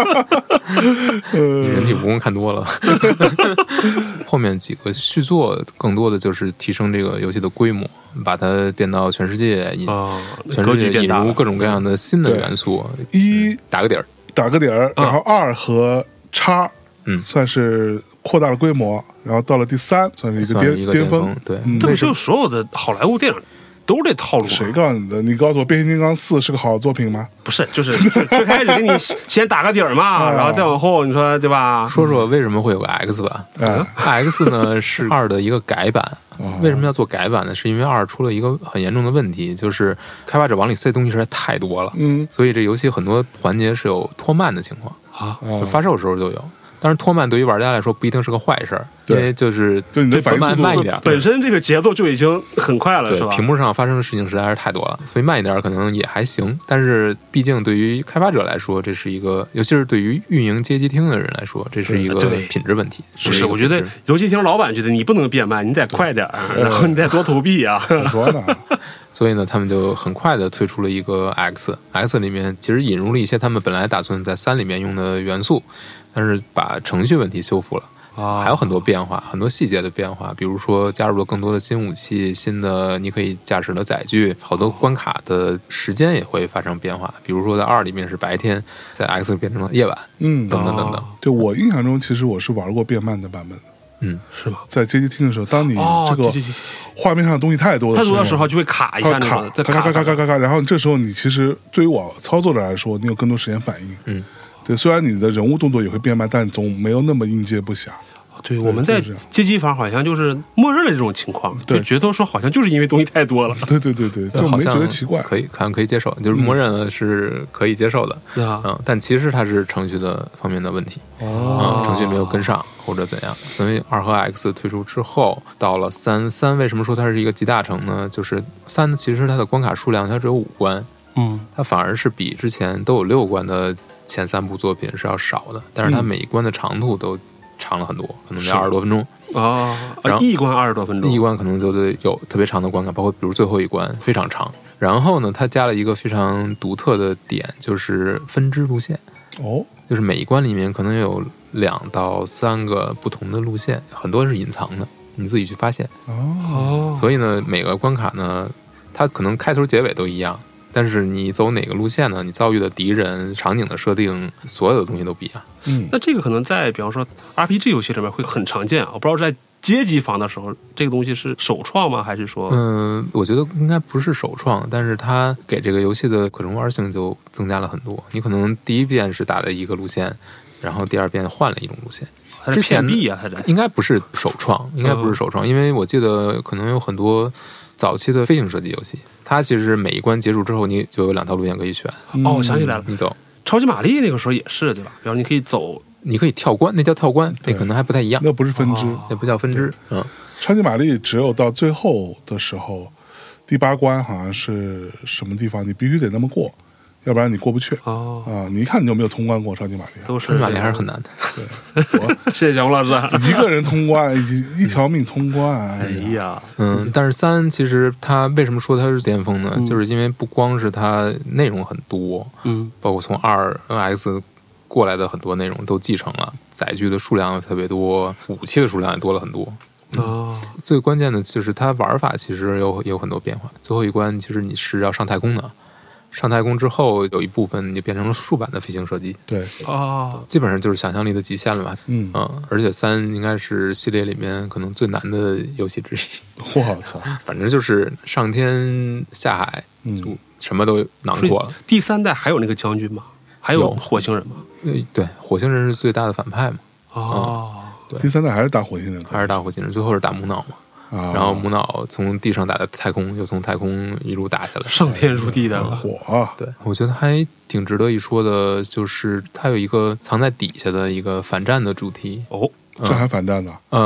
你人体蜈蚣看多了。后面几个续作更多的就是提升这个游戏的规模，把它变到全世界，引、
啊，
全世界引入各种各样的新的元素。
一
打个底儿，
打个底儿，然后二和叉，
嗯
算是扩大了规模，然后到了第三，算是一个巅
算是一个巅
峰
峰。对，
嗯
这不就所有的好莱坞电影都是这套路吗？
谁告诉你的？你告诉我，《变形金刚四》是个好作品吗？
不是，就是最开始给你先打个底儿嘛，然后再往后，你说对吧？
说说为什么会有个 X 吧？
哎，
X 呢是二的一个改版。为什么要做改版呢？是因为二出了一个很严重的问题，就是开发者往里塞东西实在太多了，
嗯
所以这游戏很多环节是有拖慢的情况，
啊，
啊，
发售的时候就有。当然，拖慢对于玩家来说不一定是个坏事儿，因
对
为就是
就你的反应速度
慢慢一点，
本身这个节奏就已经很快了，是吧？
对屏幕上发生的事情实在是太多了，所以慢一点可能也还行。但是毕竟对于开发者来说，这是一个，尤其是对于运营街机厅的人来说，这是一个
对
品质问题。
不是，
一个
我觉得
品质
游戏厅老板觉得你不能变慢，你得快点儿，然后你得多投币啊。
怎么说呢？
所以呢，他们就很快的推出了一个 X，X 里面其实引入了一些他们本来打算在三里面用的元素，但是把程序问题修复了。
啊
还有很多变化，很多细节的变化，比如说加入了更多的新武器、新的你可以驾驶的载具，好多关卡的时间也会发生变化。比如说在二里面是白天，在 X 变成了夜晚，
嗯，
等等等等。
对我印象中，其实我是玩过变慢的版本，
嗯，
是吗？
在街机厅的时候，当你
哦，
这个
对对对，
画面上的东西太多的时候，
太多的时候就会卡一下，那
它卡
个，再
咔咔咔咔咔
咔
咔咔，然后这时候你其实对于我操作者来说，你有更多时间反应。
嗯，
对，虽然你的人物动作也会变慢，但总没有那么应接不暇。
对，我们在
就是这样
街机房好像就是默认了这种情况，
对
就觉得说好像就是因为东西太多了，
对对对对，就没觉
好像
得奇怪。
可以看可以接受，就是默认了是可以接受的。
对吧？
嗯，但其实它是程序的方面的问题，
哦
嗯，程序没有跟上或者怎样。所以二和 X 推出之后，到了三，三为什么说它是一个集大成呢？就是三其实它的关卡数量它只有五关，
嗯，
它反而是比之前都有六关的前三部作品是要少的，但是它每一关的长度都长了很多，可能得二十多分钟。
啊，
然后
一关二十多分钟，
一关可能就得有特别长的关卡，包括比如最后一关非常长。然后呢，它加了一个非常独特的点，就是分支路线，
哦，
就是每一关里面可能有两到三个不同的路线，很多是隐藏的，你自己去发现。
哦，
哦，
所以呢，每个关卡呢，它可能开头结尾都一样，但是你走哪个路线呢？你遭遇的敌人、场景的设定，所有的东西都不一样。
嗯，
那这个可能在比方说 R P G 游戏里面会很常见啊，我不知道在街机房的时候，这个东西是首创吗？还是说，
嗯，我觉得应该不是首创，但是它给这个游戏的可重玩性就增加了很多。你可能第一遍是打了一个路线，然后第二遍换了一种路线。
它是
之前
片壁啊？它这
应该不是首创，应该不是首创，因为我记得可能有很多早期的飞行射击游戏，它其实每一关结束之后，你就有两条路线可以选，
哦，我想起来了，
你走，
超级玛丽那个时候也是对吧？比方你可以走，
你可以跳关，那叫跳关，那可能还不太一样，
那不是分支。
哦
那不叫分支，嗯。
超级玛丽只有到最后的时候，第八关好像是什么地方，你必须得那么过，要不然你过不去。
哦，
啊，你一看你就没有通关过超级玛丽。
都是
超级玛丽还是很难的，
我
谢谢小红老师。
一个人通关，一一条命通关。
哎
哎呀，
呀，
嗯，但是三其实它为什么说它是巅峰呢？
嗯
就是因为不光是它内容很多，
嗯，
包括从二 X 过来的很多内容都继承了，载具的数量特别多，武器的数量也多了很多。
哦，
最关键的就是它玩法其实有有很多变化。最后一关其实你是要上太空的，上太空之后有一部分你变成了竖版的飞行射击，
对，
哦，
基本上就是想象力的极限了吧。
嗯，
嗯，而且三应该是系列里面可能最难的游戏之一。
我操，
反正就是上天下海，
嗯，
什么都囊括了。
第三代还有那个将军吗？还有
有
火星人吗？
呃对，火星人是最大的反派嘛，
哦，
第三代还是打火星人，
还是打火星人，最后是打母脑嘛。
啊，
然后母脑从地上打到太空，又从太空一路打下来。
上天入地的了。
火，
对，我觉得还挺值得一说的，就是它有一个藏在底下的一个反战的主题。
哦，
这还反战呢？
呃，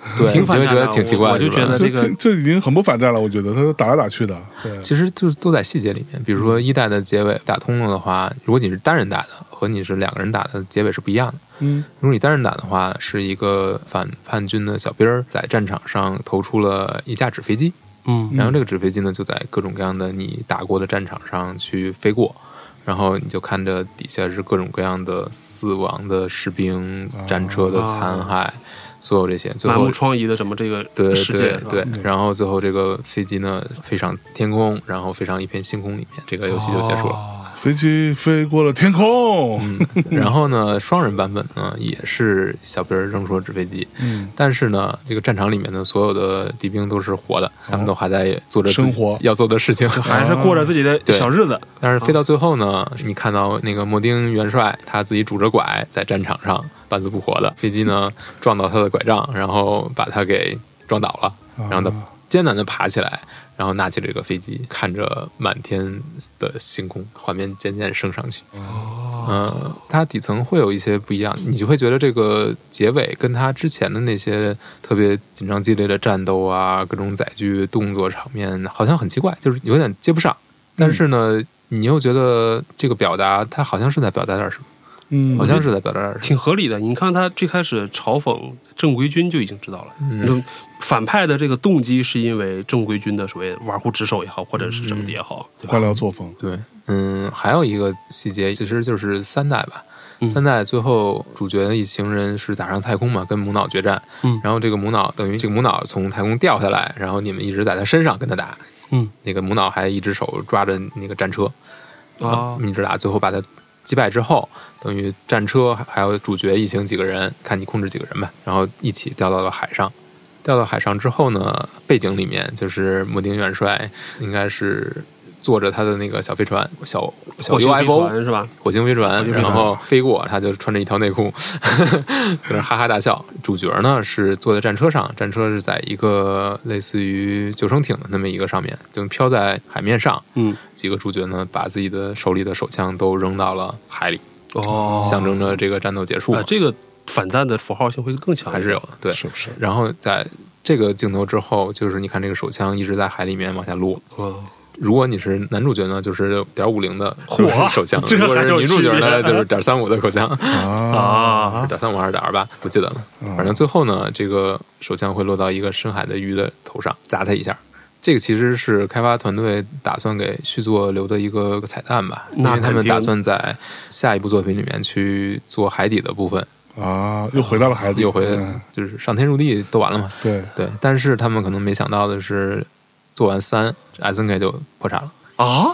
对，
挺
你就会觉得
反战的
挺奇怪的，
我我就是觉得
这
这个
这这已经很不反战了，我觉得他打来打去的，对，
其实就是都在细节里面。比如说一代的结尾打通了的话，如果你是单人打的和你是两个人打的结尾是不一样的。
嗯，
如果你单人打的话，是一个反叛军的小兵儿在战场上投出了一架纸飞机，
嗯
然后这个纸飞机呢就在各种各样的你打过的战场上去飞过。然后你就看着底下是各种各样的死亡的士兵、战车的残骸，所有这些，最后
满目疮痍的什么这个
对
世界
对对，然后最后这个飞机呢飞上天空，然后飞上一片星空里面，这个游戏就结束了。
哦
飞机飞过了天空，
嗯，然后呢，双人版本呢也是小兵扔出了纸飞机，
嗯，
但是呢，这个战场里面的所有的敌兵都是活的，他们都还在做着自己
生活
要做的事情，
还是过着自己的小日子。
但是飞到最后呢，你看到那个莫丁元帅他自己拄着拐在战场上半死不活的，飞机呢撞到他的拐杖，然后把他给撞倒了，然后他艰难的爬起来，然后拿起这个飞机，看着满天的星空，画面渐渐升上去。哦，嗯，它底层会有一些不一样，你就会觉得这个结尾跟它之前的那些特别紧张激烈的战斗啊，各种载具动作场面，好像很奇怪，就是有点接不上。但是呢，你又觉得这个表达，它好像是在表达点什么。
嗯，
好像是在表达点什么，
挺合理的。你看他最开始嘲讽正规军就已经知道了，嗯，反派的这个动机是因为正规军的所谓玩忽职守也好，或者是什么的也好，对吧？
官僚作风。
对，嗯，还有一个细节，其实就是三代吧。嗯、三代最后主角一行人是打上太空嘛，跟母脑决战。嗯，然后这个母脑等于这个母脑从太空掉下来，然后你们一直在他身上跟他打。嗯，那个母脑还一只手抓着那个战车，啊，一直打，最后把他击败之后，等于战车还有主角一行几个人，看你控制几个人吧，然后一起掉到了海上。掉到海上之后呢，背景里面就是莫丁元帅应该是坐着他的那个小飞船，小小 U F O
是吧？
火星飞船，然后飞过，他就穿着一条内裤，在那哈哈大笑。主角呢是坐在战车上，战车是在一个类似于救生艇的那么一个上面，就飘在海面上。嗯，几个主角呢把自己的手里的手枪都扔到了海里，哦，象征着这个战斗结束。
啊，这个反战的符号性会更强，
还是有的，对，
是不是？
然后在这个镜头之后，就是你看这个手枪一直在海里面往下落。哦，如果你是男主角呢，就是点五零的手枪；如果是女主角呢，就是点三五的口枪啊，点三五还是点二八，不记得了。反正最后呢，这个手枪会落到一个深海的鱼的头上，砸他一下。这个其实是开发团队打算给续作留的一个彩蛋吧，因为他们打算在下一部作品里面去做海底的部分。
啊，又回到了海底，
又回就是上天入地都完了嘛。
对
对，但是他们可能没想到的是，做完三 S N K 就破产了
啊。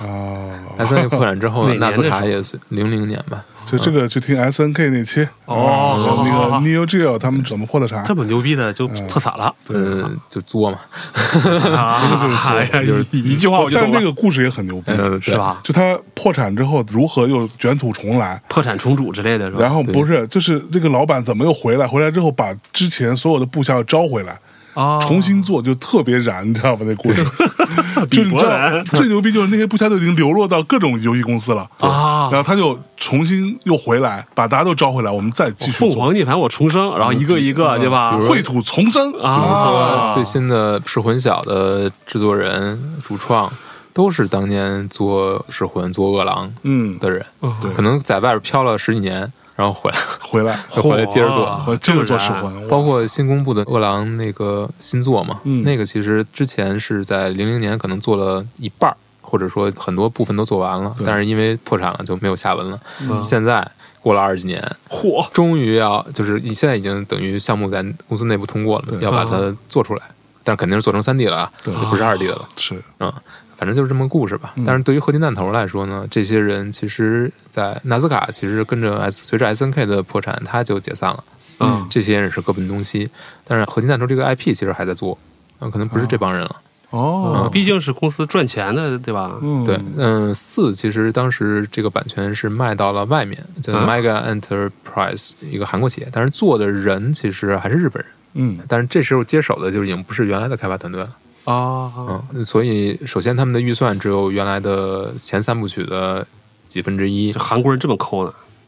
S N K 破产之后，纳斯卡也是零零年吧。
就这个，去听 S N K 那期哦，那个 Neo Geo 他们怎么破的产？
这么牛逼的就破产了，
嗯，就作嘛。
啊，就是一句话我就懂了。
但那个故事也很牛逼，
是吧？
就他破产之后如何又卷土重来，
破产重组之类的，是吧？
然后不是，就是这个老板怎么又回来？回来之后把之前所有的部下招回来。哦、重新做就特别燃，你知道吧？那故事就是你知道最牛逼就是那些部下都已经流落到各种游戏公司了啊，然后他就重新又回来，把大家都招回来，我们再继续
凤凰涅槃我重生，然后一个一个、嗯、对吧？
秽土重生
啊！比如说最新的《噬魂小》的制作人主创。都是当年做噬魂、做饿狼嗯的人，嗯、可能在外边飘了十几年，然后回来，
回来，
回来接着做，
接着做噬魂。
包括新公布的饿狼那个新作嘛，嗯、那个其实之前是在零零年可能做了一半，或者说很多部分都做完了，但是因为破产了就没有下文了。嗯、现在过了二十几年，嚯，终于要就是现在已经等于项目在公司内部通过了，要把它做出来，但肯定是做成三 D 了，就不是二 D 的了。
是，
嗯。反正就是这么个故事吧。但是对于合金弹头来说呢，这些人其实，在纳斯卡其实跟着 S 随着 S N K 的破产，他就解散了。嗯，这些人是各奔东西。但是合金弹头这个 I P 其实还在做，嗯，可能不是这帮人了。
哦，嗯、毕竟是公司赚钱的，对吧？
嗯，对，嗯，四其实当时这个版权是卖到了外面，叫 Mega Enterprise、嗯、一个韩国企业，但是做的人其实还是日本人。嗯，但是这时候接手的就已经不是原来的开发团队了。
啊、
哦，嗯，所以首先他们的预算只有原来的前三部曲的几分之一。
韩国人这么抠呢？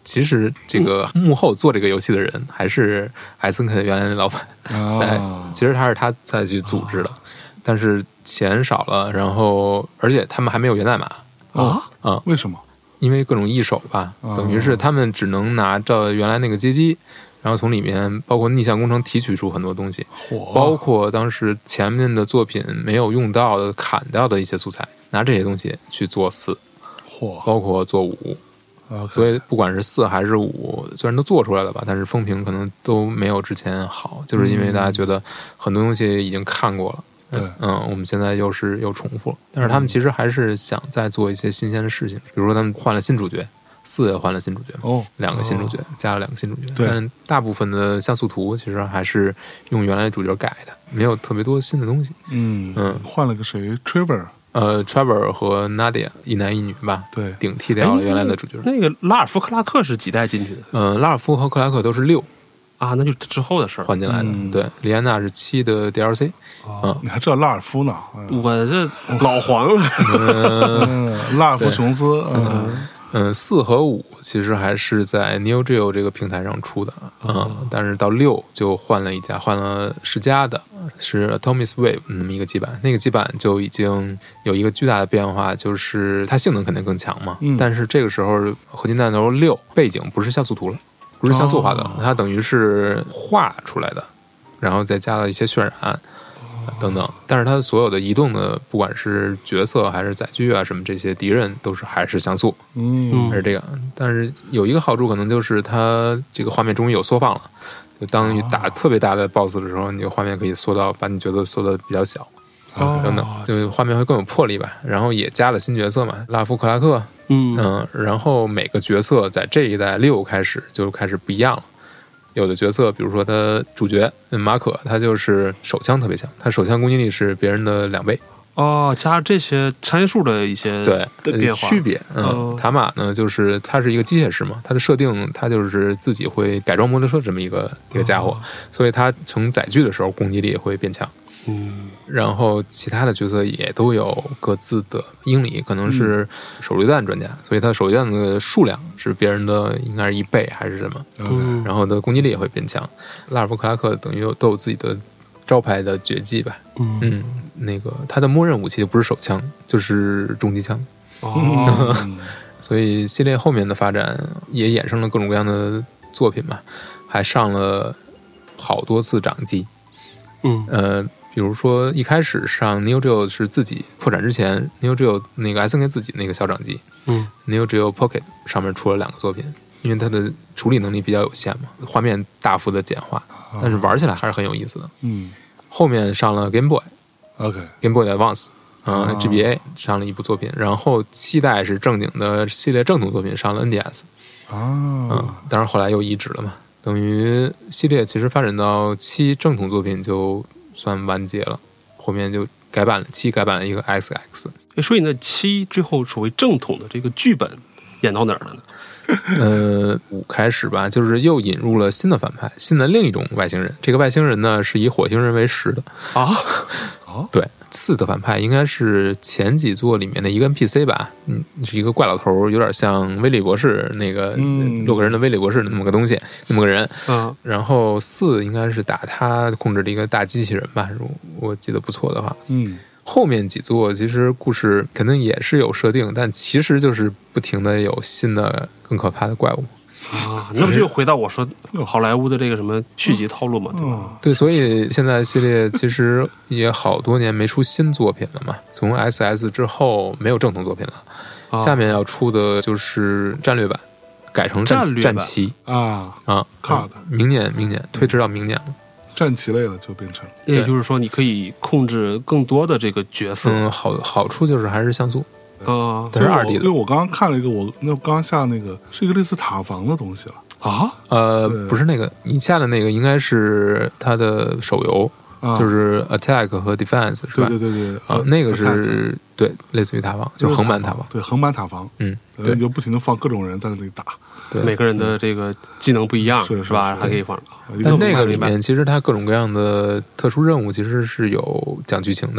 其实这个幕后做这个游戏的人还是艾森肯原来的老板，在其实他是他再去组织的，但是钱少了，然后而且他们还没有源代码
啊
啊？
为什么？
因为各种易手吧，等于是他们只能拿着原来那个街机，然后从里面包括逆向工程提取出很多东西，包括当时前面的作品没有用到的、砍掉的一些素材，拿这些东西去做四，包括做五。所以不管是四还是五，虽然都做出来了吧，但是风评可能都没有之前好，就是因为大家觉得很多东西已经看过了。
对，
嗯，我们现在又是又重复了，但是他们其实还是想再做一些新鲜的事情，比如说他们换了新主角，四也换了新主角，
哦，
两个新主角，哦、加了两个新主角，
对，
但大部分的像素图其实还是用原来的主角改的，没有特别多新的东西。
嗯嗯，换了个谁 ，Trevor，
呃 ，Trevor 和 Nadia 一男一女吧，
对，
顶替掉了原来的主角。
那个拉尔夫克拉克是几代进去的？
呃，拉尔夫和克拉克都是六。
啊，那就之后的事儿，
换进来的。嗯、对，李安娜是七的 D L C。
哦，你还知道拉尔夫呢？
嗯、我这老黄了。
嗯，拉尔夫琼斯。
嗯嗯，四和五其实还是在 Neo Geo 这个平台上出的，嗯，嗯但是到六就换了一家，换了世嘉的，是 Atomic Wave 那么一个基板，那个基板就已经有一个巨大的变化，就是它性能肯定更强嘛，嗯、但是这个时候合金弹头六背景不是像素图了。不是像素化的，哦、它等于是画出来的，然后再加了一些渲染、哦、等等。但是它所有的移动的，不管是角色还是载具啊什么这些敌人，都是还是像素，嗯，还是这个。但是有一个好处，可能就是它这个画面终于有缩放了。就当你打特别大的 BOSS 的时候，你这个画面可以缩到把你角色缩的比较小。哦、等等，就画面会更有魄力吧。然后也加了新角色嘛，拉夫克拉克，嗯嗯，然后每个角色在这一代六开始就开始不一样了。有的角色，比如说他主角马可，他就是手枪特别强，他手枪攻击力是别人的两倍。
哦，加这些参数的一些
对
的变化
区别。嗯，哦、塔玛呢，就是他是一个机械师嘛，他的设定他就是自己会改装摩托车这么一个一个家伙，哦、所以他从载具的时候攻击力也会变强。嗯，然后其他的角色也都有各自的英里，可能是手榴弹专家，嗯、所以他手榴弹的数量是别人的应该是一倍还是什么，嗯、然后的攻击力也会变强。拉尔夫克拉克等于都有自己的招牌的绝技吧，嗯, 嗯，那个他的默认武器就不是手枪，就是重机枪。哦，所以系列后面的发展也衍生了各种各样的作品嘛，还上了好多次掌机。嗯，呃。比如说一开始上 Neo Geo 是自己破产之前 Neo Geo 那个 S N K 自己那个小掌机，嗯 Neo Geo Pocket 上面出了两个作品，因为它的处理能力比较有限嘛，画面大幅的简化，但是玩起来还是很有意思的。嗯，后面上了 Game Boy
OK
Game Boy Advance 嗯、呃、G B A 上了一部作品，然后七代是正经的系列正统作品上了 N D S 啊、嗯，当然后来又移植了嘛，等于系列其实发展到七正统作品就算完结了，后面就改版了，七改版了一个 X X。
所以呢，七最后所谓正统的这个剧本演到哪儿了呢？
呃，五开始吧，就是又引入了新的反派，新的另一种外星人。这个外星人呢，是以火星人为食的啊。哦，对，四的反派应该是前几作里面的一个 N P C 吧，嗯，是一个怪老头，有点像威利博士那个洛克人的威利博士那么个东西，那么个人。嗯，然后四应该是打他控制的一个大机器人吧，如我记得不错的话。嗯。后面几座其实故事肯定也是有设定，但其实就是不停的有新的更可怕的怪物
啊，那不就回到我说好莱坞的这个什么续集套路嘛，对吧？
嗯、对，所以现在系列其实也好多年没出新作品了嘛，从 S S 之后没有正统作品了，啊、下面要出的就是战略版，改成战战旗
啊
啊，
看的，
明年明年推迟到明年了。
战棋类了就变成，
也就是说你可以控制更多的这个角色。
嗯，好好处就是还是像素啊，但是二 D 的。
因为我刚刚看了一个，我那刚刚下那个是一个类似塔防的东西了
啊。呃，不是那个，你下的那个应该是它的手游，啊、就是 Attack 和 Defense 是吧？
对对对对
啊，那个是对，类似于塔防，就是横版塔防。
对，横版塔防。嗯，对，你就不停的放各种人在那里打。
对，每个人的这个技能不一样，是, 是吧？还可以放。
但那个里面其实它各种各样的特殊任务其实是有讲剧情的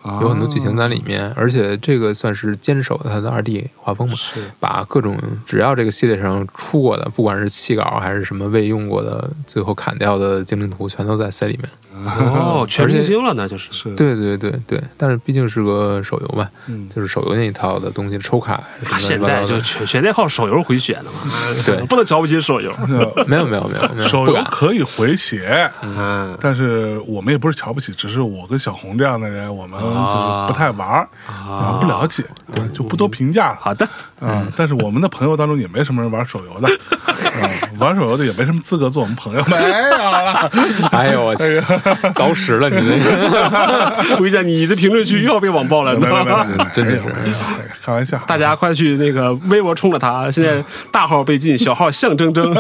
有很多剧情在里面，而且这个算是坚守它的二 D 画风嘛，把各种只要这个系列上出过的，不管是弃稿还是什么未用过的，最后砍掉的精灵图，全都在塞里面。
哦，全明星了，那就是
是，
对对对对，但是毕竟是个手游吧，
嗯，
就是手游那一套的东西，抽卡什么
现在就全全在靠手游回血的嘛，
对，
不能瞧不起手游。
没有没有没有没有，
手游可以回血，
嗯，
但是我们也不是瞧不起，只是我跟小红这样的人，我们就是不太玩儿啊，不了解，就不多评价。
好的，
啊，但是我们的朋友当中也没什么人玩手游的，啊，玩手游的也没什么资格做我们朋友。没有了，
哎呦我去，凿实了你这个，
估计你的评论区又要被网爆了，
没没没，
真是
开玩笑。
大家快去那个微博冲着他，现在大号被禁，小号象征征，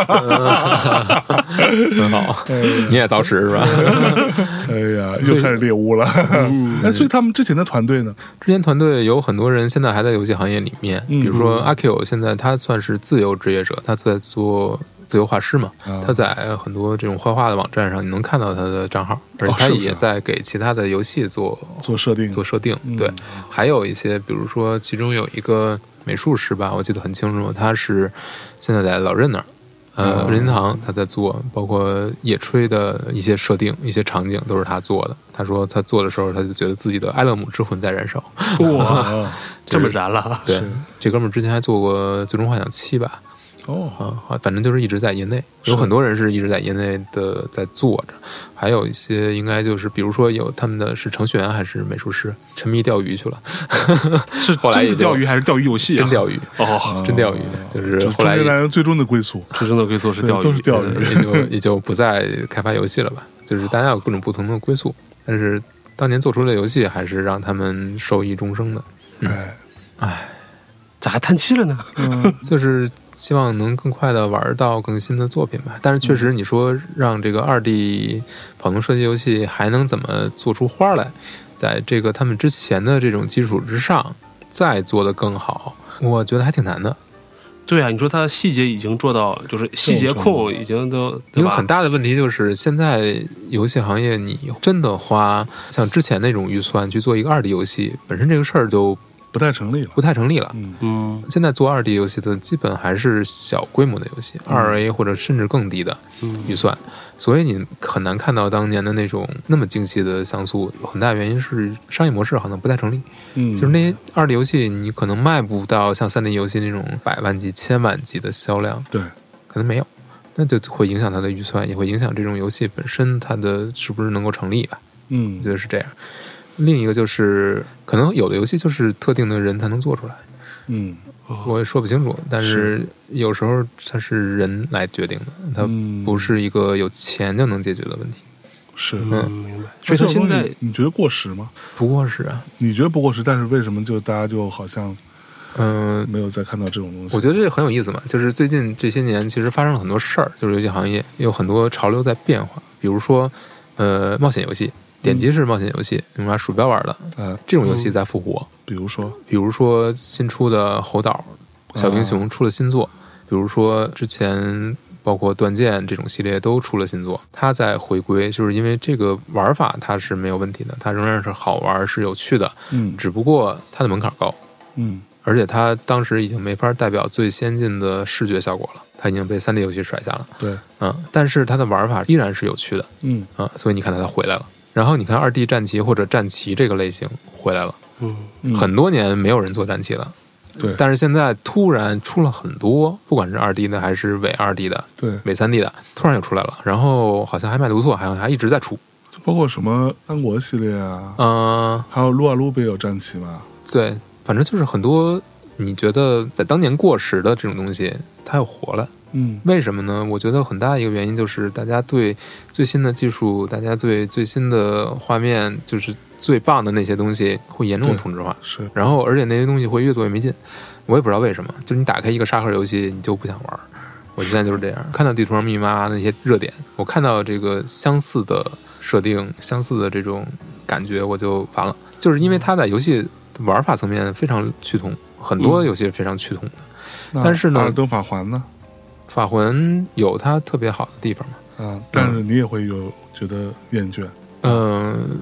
很好，你也凿实是吧？
哎呀，又开始猎巫了。哎，所以他们之前的团队呢？
之前团队有很多人现在还在游戏行业里面，比如说阿 Q， 现在他算是自由职业者，他在做自由画师嘛，他在很多这种绘画的网站上，你能看到他的账号，而且他也在给其他的游戏做
做设定，
做设定。对，还有一些，比如说其中有一个美术师吧，我记得很清楚，他是现在在老任那儿。呃，任天堂他在做，包括野炊的一些设定、一些场景都是他做的。他说他做的时候，他就觉得自己的埃勒姆之魂在燃烧。
哇，这么燃了！
对，这哥们儿之前还做过《最终幻想七》吧？
哦，
啊，反正就是一直在业内，有很多人是一直在业内的在做着，还有一些应该就是，比如说有他们的是程序员还是美术师，沉迷钓鱼去了，
是
后来也
钓鱼还是钓鱼游戏？
真钓鱼
哦，
真钓鱼，就是后来
中年男人最终的归宿，
最终的归宿是钓鱼，
都是钓鱼，
也就也就不再开发游戏了吧，就是大家有各种不同的归宿，但是当年做出的游戏还是让他们受益终生的。
哎
哎，
咋还叹气了呢？
嗯，就是希望能更快的玩到更新的作品吧。但是确实，你说让这个二 D 跑动射击游戏还能怎么做出花来，在这个他们之前的这种基础之上再做得更好，我觉得还挺难的。
对啊，你说它细节已经做到，就是细节控已经都，
一个很大的问题就是现在游戏行业，你真的花像之前那种预算去做一个二 D 游戏，本身这个事儿就
不太成立了，
不太成立了。
嗯，
现在做二 D 游戏的基本还是小规模的游戏，二 A 或者甚至更低的预算，所以你很难看到当年的那种那么精细的像素。很大原因是商业模式好像不太成立。嗯，就是那些二 D 游戏，你可能卖不到像三 D 游戏那种百万级、千万级的销量，
对，
可能没有，那就会影响它的预算，也会影响这种游戏本身它的是不是能够成立吧。
嗯，
我觉得是这样。另一个就是，可能有的游戏就是特定的人才能做出来，
嗯，
我也说不清楚，但是有时候它是人来决定的，它不是一个有钱就能解决的问题。
是，
嗯，明白。所以它现在
你觉得过时吗？
不过时啊，
你觉得不过时，但是为什么就大家就好像
嗯
没有再看到这种东西？
我觉得这很有意思嘛，就是最近这些年其实发生了很多事儿，就是游戏行业有很多潮流在变化，比如说呃冒险游戏。点击式冒险游戏，用拿鼠标玩的，嗯，这种游戏在复活。
比如说，
比如说新出的猴岛、小英雄出了新作，比如说之前包括断剑这种系列都出了新作，它在回归，就是因为这个玩法它是没有问题的，它仍然是好玩，是有趣的，嗯，只不过它的门槛高，嗯，而且它当时已经没法代表最先进的视觉效果了。它已经被三 D 游戏甩下了，
对，
嗯，但是它的玩法依然是有趣的，嗯啊，所以你看它回来了。然后你看二 D 战棋或者战棋这个类型回来了，嗯，很多年没有人做战棋了，
对，
但是现在突然出了很多，不管是二 D 的还是伪二 D 的，
对，
伪三 D 的，突然又出来了，然后好像还卖得不错，好像还一直在出，
包括什么三国系列啊，
嗯、呃，
还有撸啊撸不也有战棋吗？
对，反正就是很多你觉得在当年过时的这种东西，它又活了。嗯，为什么呢？我觉得很大一个原因就是大家对最新的技术，大家对最新的画面，就是最棒的那些东西会严重的同质化。
是，
然后而且那些东西会越做越没劲。我也不知道为什么，就是你打开一个沙盒游戏，你就不想玩。我现在就是这样，看到地图上密密麻麻那些热点，我看到这个相似的设定、相似的这种感觉，我就烦了。就是因为它在游戏玩法层面非常趋同，很多游戏是非常趋同的。嗯、但是呢，
二登法环呢？
法环有它特别好的地方嘛，
啊，但是你也会有觉得厌倦。
嗯、呃，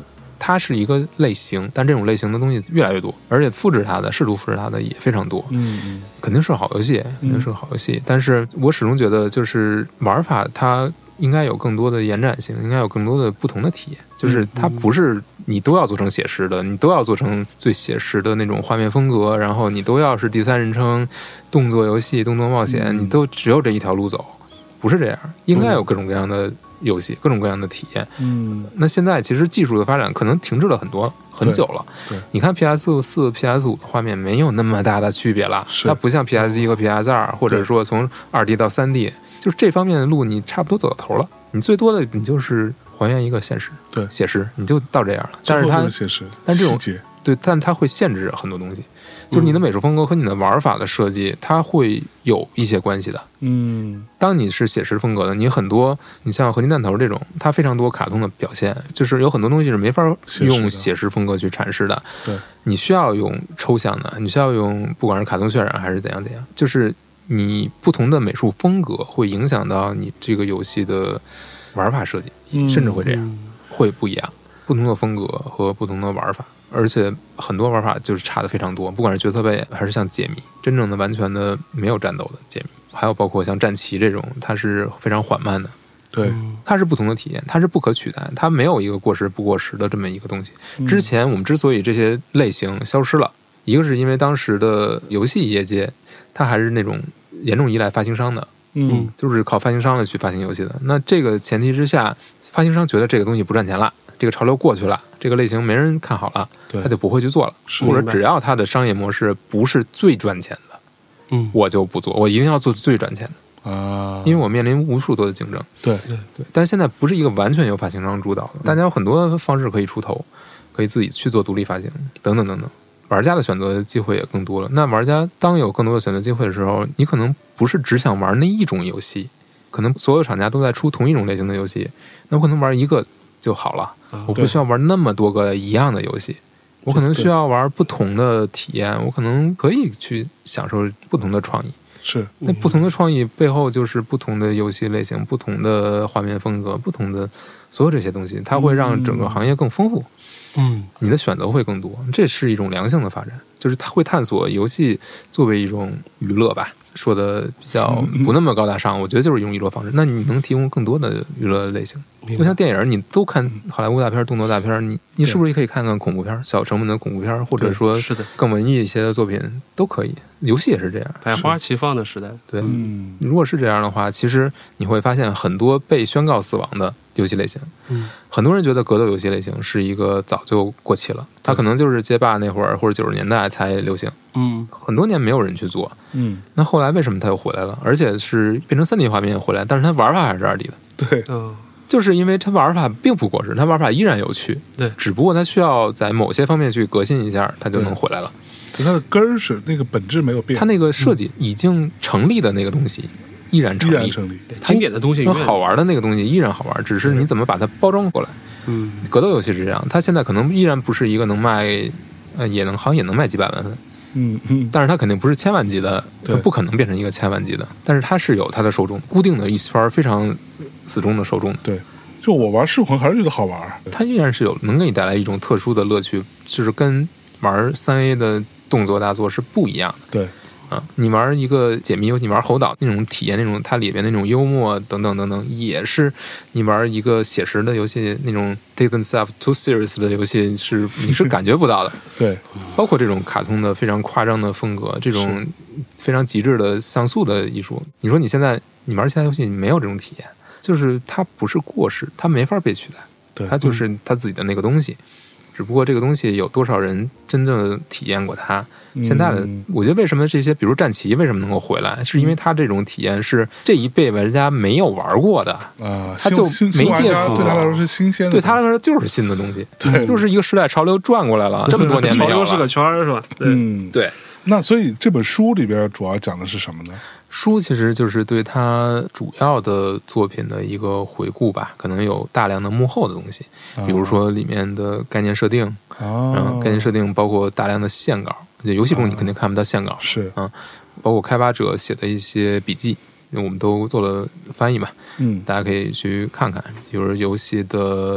它是一个类型，但这种类型的东西越来越多，而且复制它的试图复制它的也非常多。
嗯嗯，
肯定是好游戏，肯定是好游戏。嗯、但是我始终觉得，就是玩法它应该有更多的延展性，应该有更多的不同的体验。就是它不是你都要做成写实的，你都要做成最写实的那种画面风格，然后你都要是第三人称动作游戏、动作冒险，嗯、你都只有这一条路走，不是这样。应该有各种各样的游戏，各种各样的体验。嗯，那现在其实技术的发展可能停滞了很多很久了。对，对你看 P S 四、P S 五的画面没有那么大的区别了，它不像 P S 一和 P S 二，或者说从二 D 到三 D， 就是这方面的路你差不多走到头了。你最多的你就是还原一个现实，对，写实，你就到这样了。但是它，
写实，
但这种对，但它会限制很多东西，就是你的美术风格和你的玩法的设计，它会有一些关系的。嗯，当你是写实风格的，你很多，你像合金弹头这种，它非常多卡通的表现，就是有很多东西是没法用写实风格去阐释的。对，你需要用抽象的，你需要用不管是卡通渲染还是怎样怎样，就是你不同的美术风格会影响到你这个游戏的玩法设计，嗯、甚至会这样，嗯、会不一样。不同的风格和不同的玩法，而且很多玩法就是差的非常多，不管是角色扮演还是像解谜，真正的完全的没有战斗的解谜，还有包括像战棋这种，它是非常缓慢的。对，它是不同的体验，它是不可取代，它没有一个过时不过时的这么一个东西。之前我们之所以这些类型消失了，一个是因为当时的游戏业界，它还是那种严重依赖发行商的。嗯，就是靠发行商来去发行游戏的。那这个前提之下，发行商觉得这个东西不赚钱了，这个潮流过去了，这个类型没人看好了，他就不会去做了。或者只要他的商业模式不是最赚钱的，嗯，我就不做，我一定要做最赚钱的啊，因为我面临无数多的竞争。对对对，但是现在不是一个完全由发行商主导的，大家有很多方式可以出头，可以自己去做独立发行，等等等等。玩家的选择机会也更多了。那玩家当有更多的选择机会的时候，你可能不是只想玩那一种游戏，可能所有厂家都在出同一种类型的游戏，那我可能玩一个就好了，啊、我不需要玩那么多个一样的游戏，我可能需要玩不同的体验，我可能可以去享受不同的创意。是，那不同的创意背后就是不同的游戏类型、不同的画面风格、不同的所有这些东西，它会让整个行业更丰富。嗯，你的选择会更多，这是一种良性的发展，就是它会探索游戏作为一种娱乐吧，说的比较不那么高大上，我觉得就是用娱乐方式。那你能提供更多的娱乐类型，就像电影，你都看好莱坞大片、动作大片，你你是不是也可以看看恐怖片、小成本的恐怖片，或者说是的更文艺一些的作品都可以。游戏也是这样，
百花齐放的时代。
对，嗯，如果是这样的话，其实你会发现很多被宣告死亡的游戏类型，嗯，很多人觉得格斗游戏类型是一个早就过期了，它可能就是街霸那会儿或者九十年代才流行，嗯，很多年没有人去做，嗯，那后来为什么它又回来了？而且是变成三 D 画面回来，但是它玩法还是二 D 的，
对，
嗯，就是因为它玩法并不过时，它玩法依然有趣，对，只不过它需要在某些方面去革新一下，它就能回来了。
它的根儿是那个本质没有变，
它那个设计已经成立的那个东西。依然成立，
依然成立，
经典的东西，
好玩的那个东西依然好玩，只是你怎么把它包装过来。嗯，格斗游戏是这样，它现在可能依然不是一个能卖，呃，也能好像也能卖几百万份，嗯嗯，但是它肯定不是千万级的，它不可能变成一个千万级的，但是它是有它的受众，固定的一圈非常死忠的受众。
对，就我玩噬魂还是觉得好玩，
它依然是有能给你带来一种特殊的乐趣，就是跟玩三 A 的动作大作是不一样的。对。啊，你玩一个解谜游戏，你玩猴岛那种体验，那种它里边那种幽默等等等等，也是你玩一个写实的游戏那种 take themselves too serious 的游戏是你是感觉不到的。对，包括这种卡通的非常夸张的风格，这种非常极致的像素的艺术，你说你现在你玩其他游戏，你没有这种体验，就是它不是过时，它没法被取代，对，它就是它自己的那个东西。只不过这个东西有多少人真正体验过它？现在的我觉得为什么这些，比如战棋为什么能够回来，是因为它这种体验是这一辈玩家没有玩过的啊，他就没接触过，
对他来说是新鲜的，
对他来说就是新的东西，对，就是一个时代潮流转过来了，这么多年没有了，
潮流是个圈是吧？
嗯，对。
那所以这本书里边主要讲的是什么呢？
书其实就是对他主要的作品的一个回顾吧，可能有大量的幕后的东西，比如说里面的概念设定，哦、然后概念设定包括大量的线稿，游戏中你肯定看不到线稿，是啊，包括开发者写的一些笔记，我们都做了翻译嘛，嗯，大家可以去看看，比如游戏的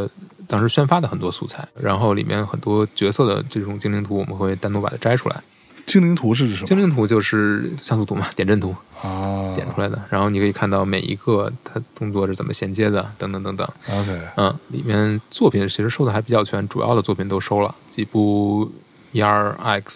当时宣发的很多素材，然后里面很多角色的这种精灵图我们会单独把它摘出来。
精灵图是指什么？
精灵图就是像素图嘛，点阵图
啊，
点出来的，然后你可以看到每一个它动作是怎么衔接的，等等等等。
OK，
嗯，里面作品其实收的还比较全，主要的作品都收了，几部 E R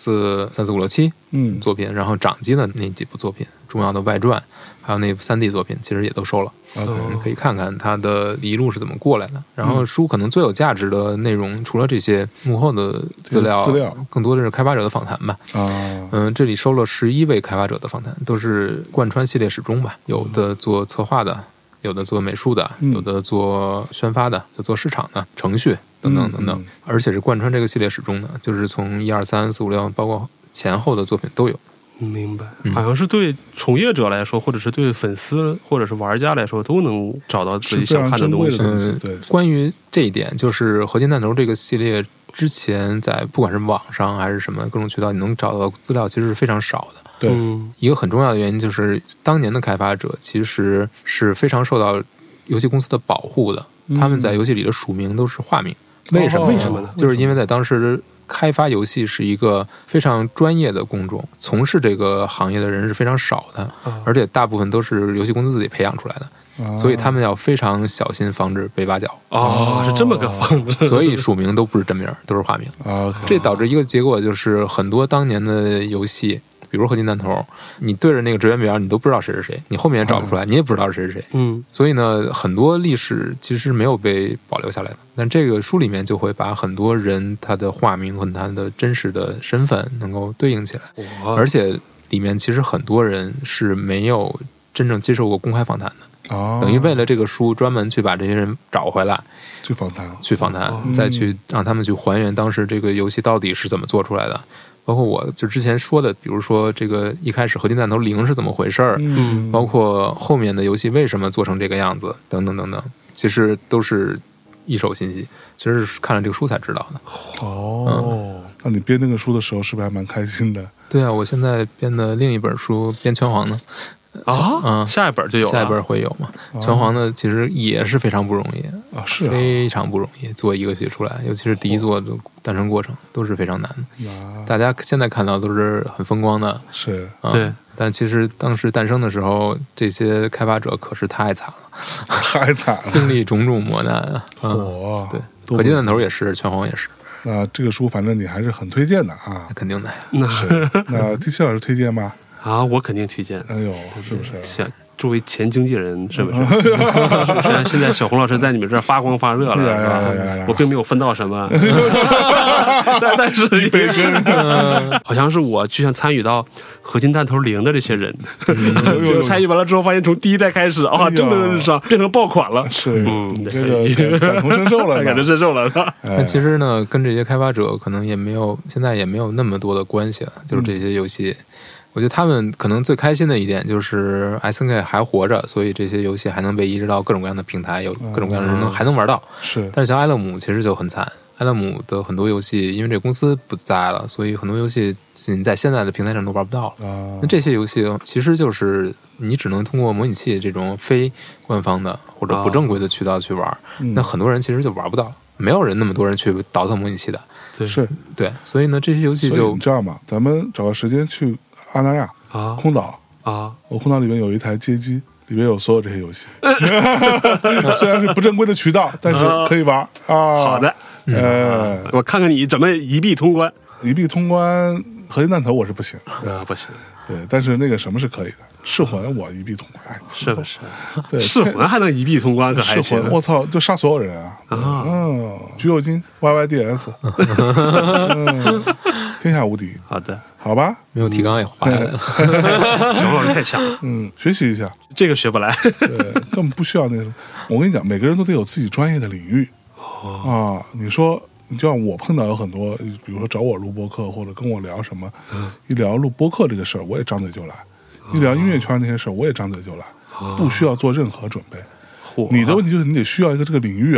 X 三四五六七
嗯
作品，然后掌机的那几部作品，重要的外传，还有那部 三 D 作品，其实也都收了。
OK，
你可以看看它的一路是怎么过来的。然后书可能最有价值的内容，除了这些幕后的资料，
资料
更多的是开发者的访谈吧。
啊，
嗯，这里收了十一位开发者的访谈，都是贯穿系列始终吧。有的做策划的，有的做美术的，
嗯
有的做宣发的，有做市场的，程序等等等等，
嗯嗯
而且是贯穿这个系列始终的，就是从一二三四五六，包括前后的作品都有。
明白，
嗯
好像是对从业者来说，或者是对粉丝或者是玩家来说，都能找到自己想看东西
是非常珍贵的。东西
嗯
对，
关于这一点，就是合金弹头这个系列之前在不管是网上还是什么各种渠道，你能找到资料其实是非常少的。
对，
嗯
一个很重要的原因就是当年的开发者其实是非常受到游戏公司的保护的，他们在游戏里的署名都是化名。为什么？
哦
为什么呢
就是因为在当时开发游戏是一个非常专业的工种，从事这个行业的人是非常少的，
啊
而且大部分都是游戏公司自己培养出来的，
啊
所以他们要非常小心防止被挖角，
哦，是这么个方子。
所以署名都不是真名，都是化名。
啊，
这导致一个结果就是很多当年的游戏，比如合金弹头，你对着那个职员表你都不知道谁是谁，你后面也找不出来，你也不知道谁是谁。
嗯
所以呢，很多历史其实没有被保留下来的。但这个书里面就会把很多人他的化名和他的真实的身份能够对应起来，
哇
而且里面其实很多人是没有真正接受过公开访谈的，
啊，
等于为了这个书专门去把这些人找回来，
去访谈，
去访谈，
哦
再去让他们去还原当时这个游戏到底是怎么做出来的。包括我就之前说的，比如说这个一开始合金弹头零是怎么回事儿，
嗯，
包括后面的游戏为什么做成这个样子，等等等等，其实都是一手信息，其实是看了这个书才知道的。
哦，那你编那个书的时候是不是还蛮开心的？
对啊，我现在编的另一本书编拳皇呢，
啊，
嗯
下一本就有了，
下一本会有嘛？拳皇呢，其实也是非常不容易，
啊，是啊，
非常不容易做一个游戏出来，尤其是第一作的诞生过程都是非常难的。
啊，
大家现在看到都是很风光的，
是
啊、
对，
但其实当时诞生的时候，这些开发者可是太惨了，
太惨了，
经历种种磨难啊。嗯，
我
对，
都
合金弹头也是，拳皇也是，
那这个书反正你还是很推荐的啊
那。肯定的呀。
那
是，那D七老师推荐吗？
啊，我肯定推荐。
哎呦，是不是？
像作为前经纪人，是不是？虽然现在小红老师在你们这儿发光发热了，是
呀呀呀呀呀
吧？我并没有分到什么，但但是好像是我就像参与到合金弹头零的这些人，结果参与完了之后，发现从第一代开始啊，
哎呀
蒸蒸日上，变成爆款了。
是，
嗯
你这个感感同身受了呢，
感同身受了，是吧？
哎
但其实呢，跟这些开发者可能也没有，现在也没有那么多的关系了。就是这些游戏，我觉得他们可能最开心的一点就是 S N K 还活着，所以这些游戏还能被移植到各种各样的平台，有各种各样的人能还能玩到。
是
但是像埃勒姆其实就很惨，埃勒姆的很多游戏因为这个公司不在了，所以很多游戏你在现在的平台上都玩不到了。
啊
那，这些游戏其实就是你只能通过模拟器这种非官方的或者不正规的渠道去玩，
嗯
那很多人其实就玩不到了，没有人那么多人去倒腾模拟器的。
对
是，
对，所以呢，这些游戏
所以
就
你这样吧，咱们找个时间去阿那亚
啊
空岛，
啊，
我空岛里面有一台街机，里面有所有这些游戏，虽然是不正规的渠道，但是可以玩啊。
好的，
呃，
我看看你怎么一币通关。
一币通关合金弹头我是不行，
啊，不行，
对，但是那个什么是可以的，噬魂我一币通关，哎
是不是？
对，
噬魂还能一币通关，可还
噬
行
魂，我操，就杀所有人啊！
啊
嗯，橘右京 Y Y D S，嗯，天下无敌，
好的，
好吧？
没有提纲也划下来了。
小红老师太强了，
嗯，学习一下，
这个学不来。
对，根本不需要那个什么。我跟你讲，每个人都得有自己专业的领域啊。你说，你就像我碰到有很多，比如说找我录播客或者跟我聊什么，一聊录播客这个事儿，我也张嘴就来；一聊音乐圈那些事儿，我也张嘴就来，不需要做任何准备。
嚯
你的问题就是你得需要一个这个领域啊。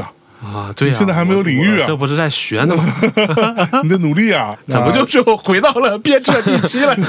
啊，对呀、
你现在还没有领域啊
我这不是在学呢吗？
你得努力啊！
怎么就最后回到了编制第七了？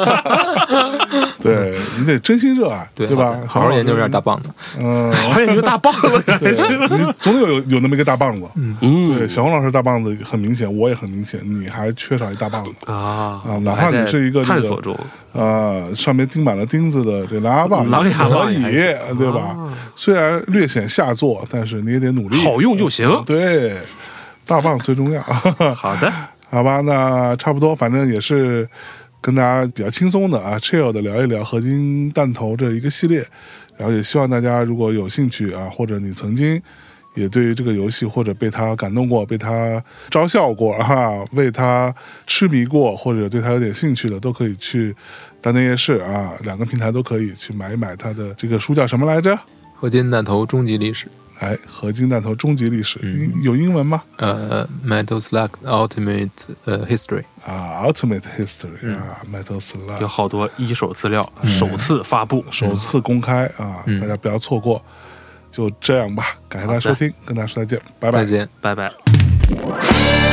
对你得真心热爱，
对
对吧？
好好研究一下大棒子。
嗯，
好像一个大棒子，
对，你总有有那么一个大棒子。
嗯
对，小红老师大棒子很明显，我也很明显，你还缺少一大棒子
啊
啊！哪怕你是一个这个
探索中
啊，上面钉满了钉子的这狼牙棒，
狼牙棒
可以
也还是，
对吧
啊？
虽然略显下作，但是你也得努力，
好用就行。
对，大棒最重要。
好的，
好吧，那差不多，反正也是跟大家比较轻松的啊 ，chill 的聊一聊合金弹头这一个系列，然后也希望大家如果有兴趣啊，或者你曾经也对于这个游戏或者被它感动过、被它招笑过哈、啊，为它痴迷过，或者对它有点兴趣的，都可以去大内夜市啊，两个平台都可以去买一买它的这个书叫什么来着？
合金弹头终极历史。
哎，合金弹头终极历史，
嗯、
有英文吗？
呃 ，Metal Slug Ultimate 呃 History
啊 ，Ultimate History 啊、嗯、，Metal Slug
有好多一手资料，嗯、首次发布，
首次公开啊，
嗯、
大家不要错过。就这样吧，感谢大家收听，跟大家说再见，拜拜，
再见，
拜拜。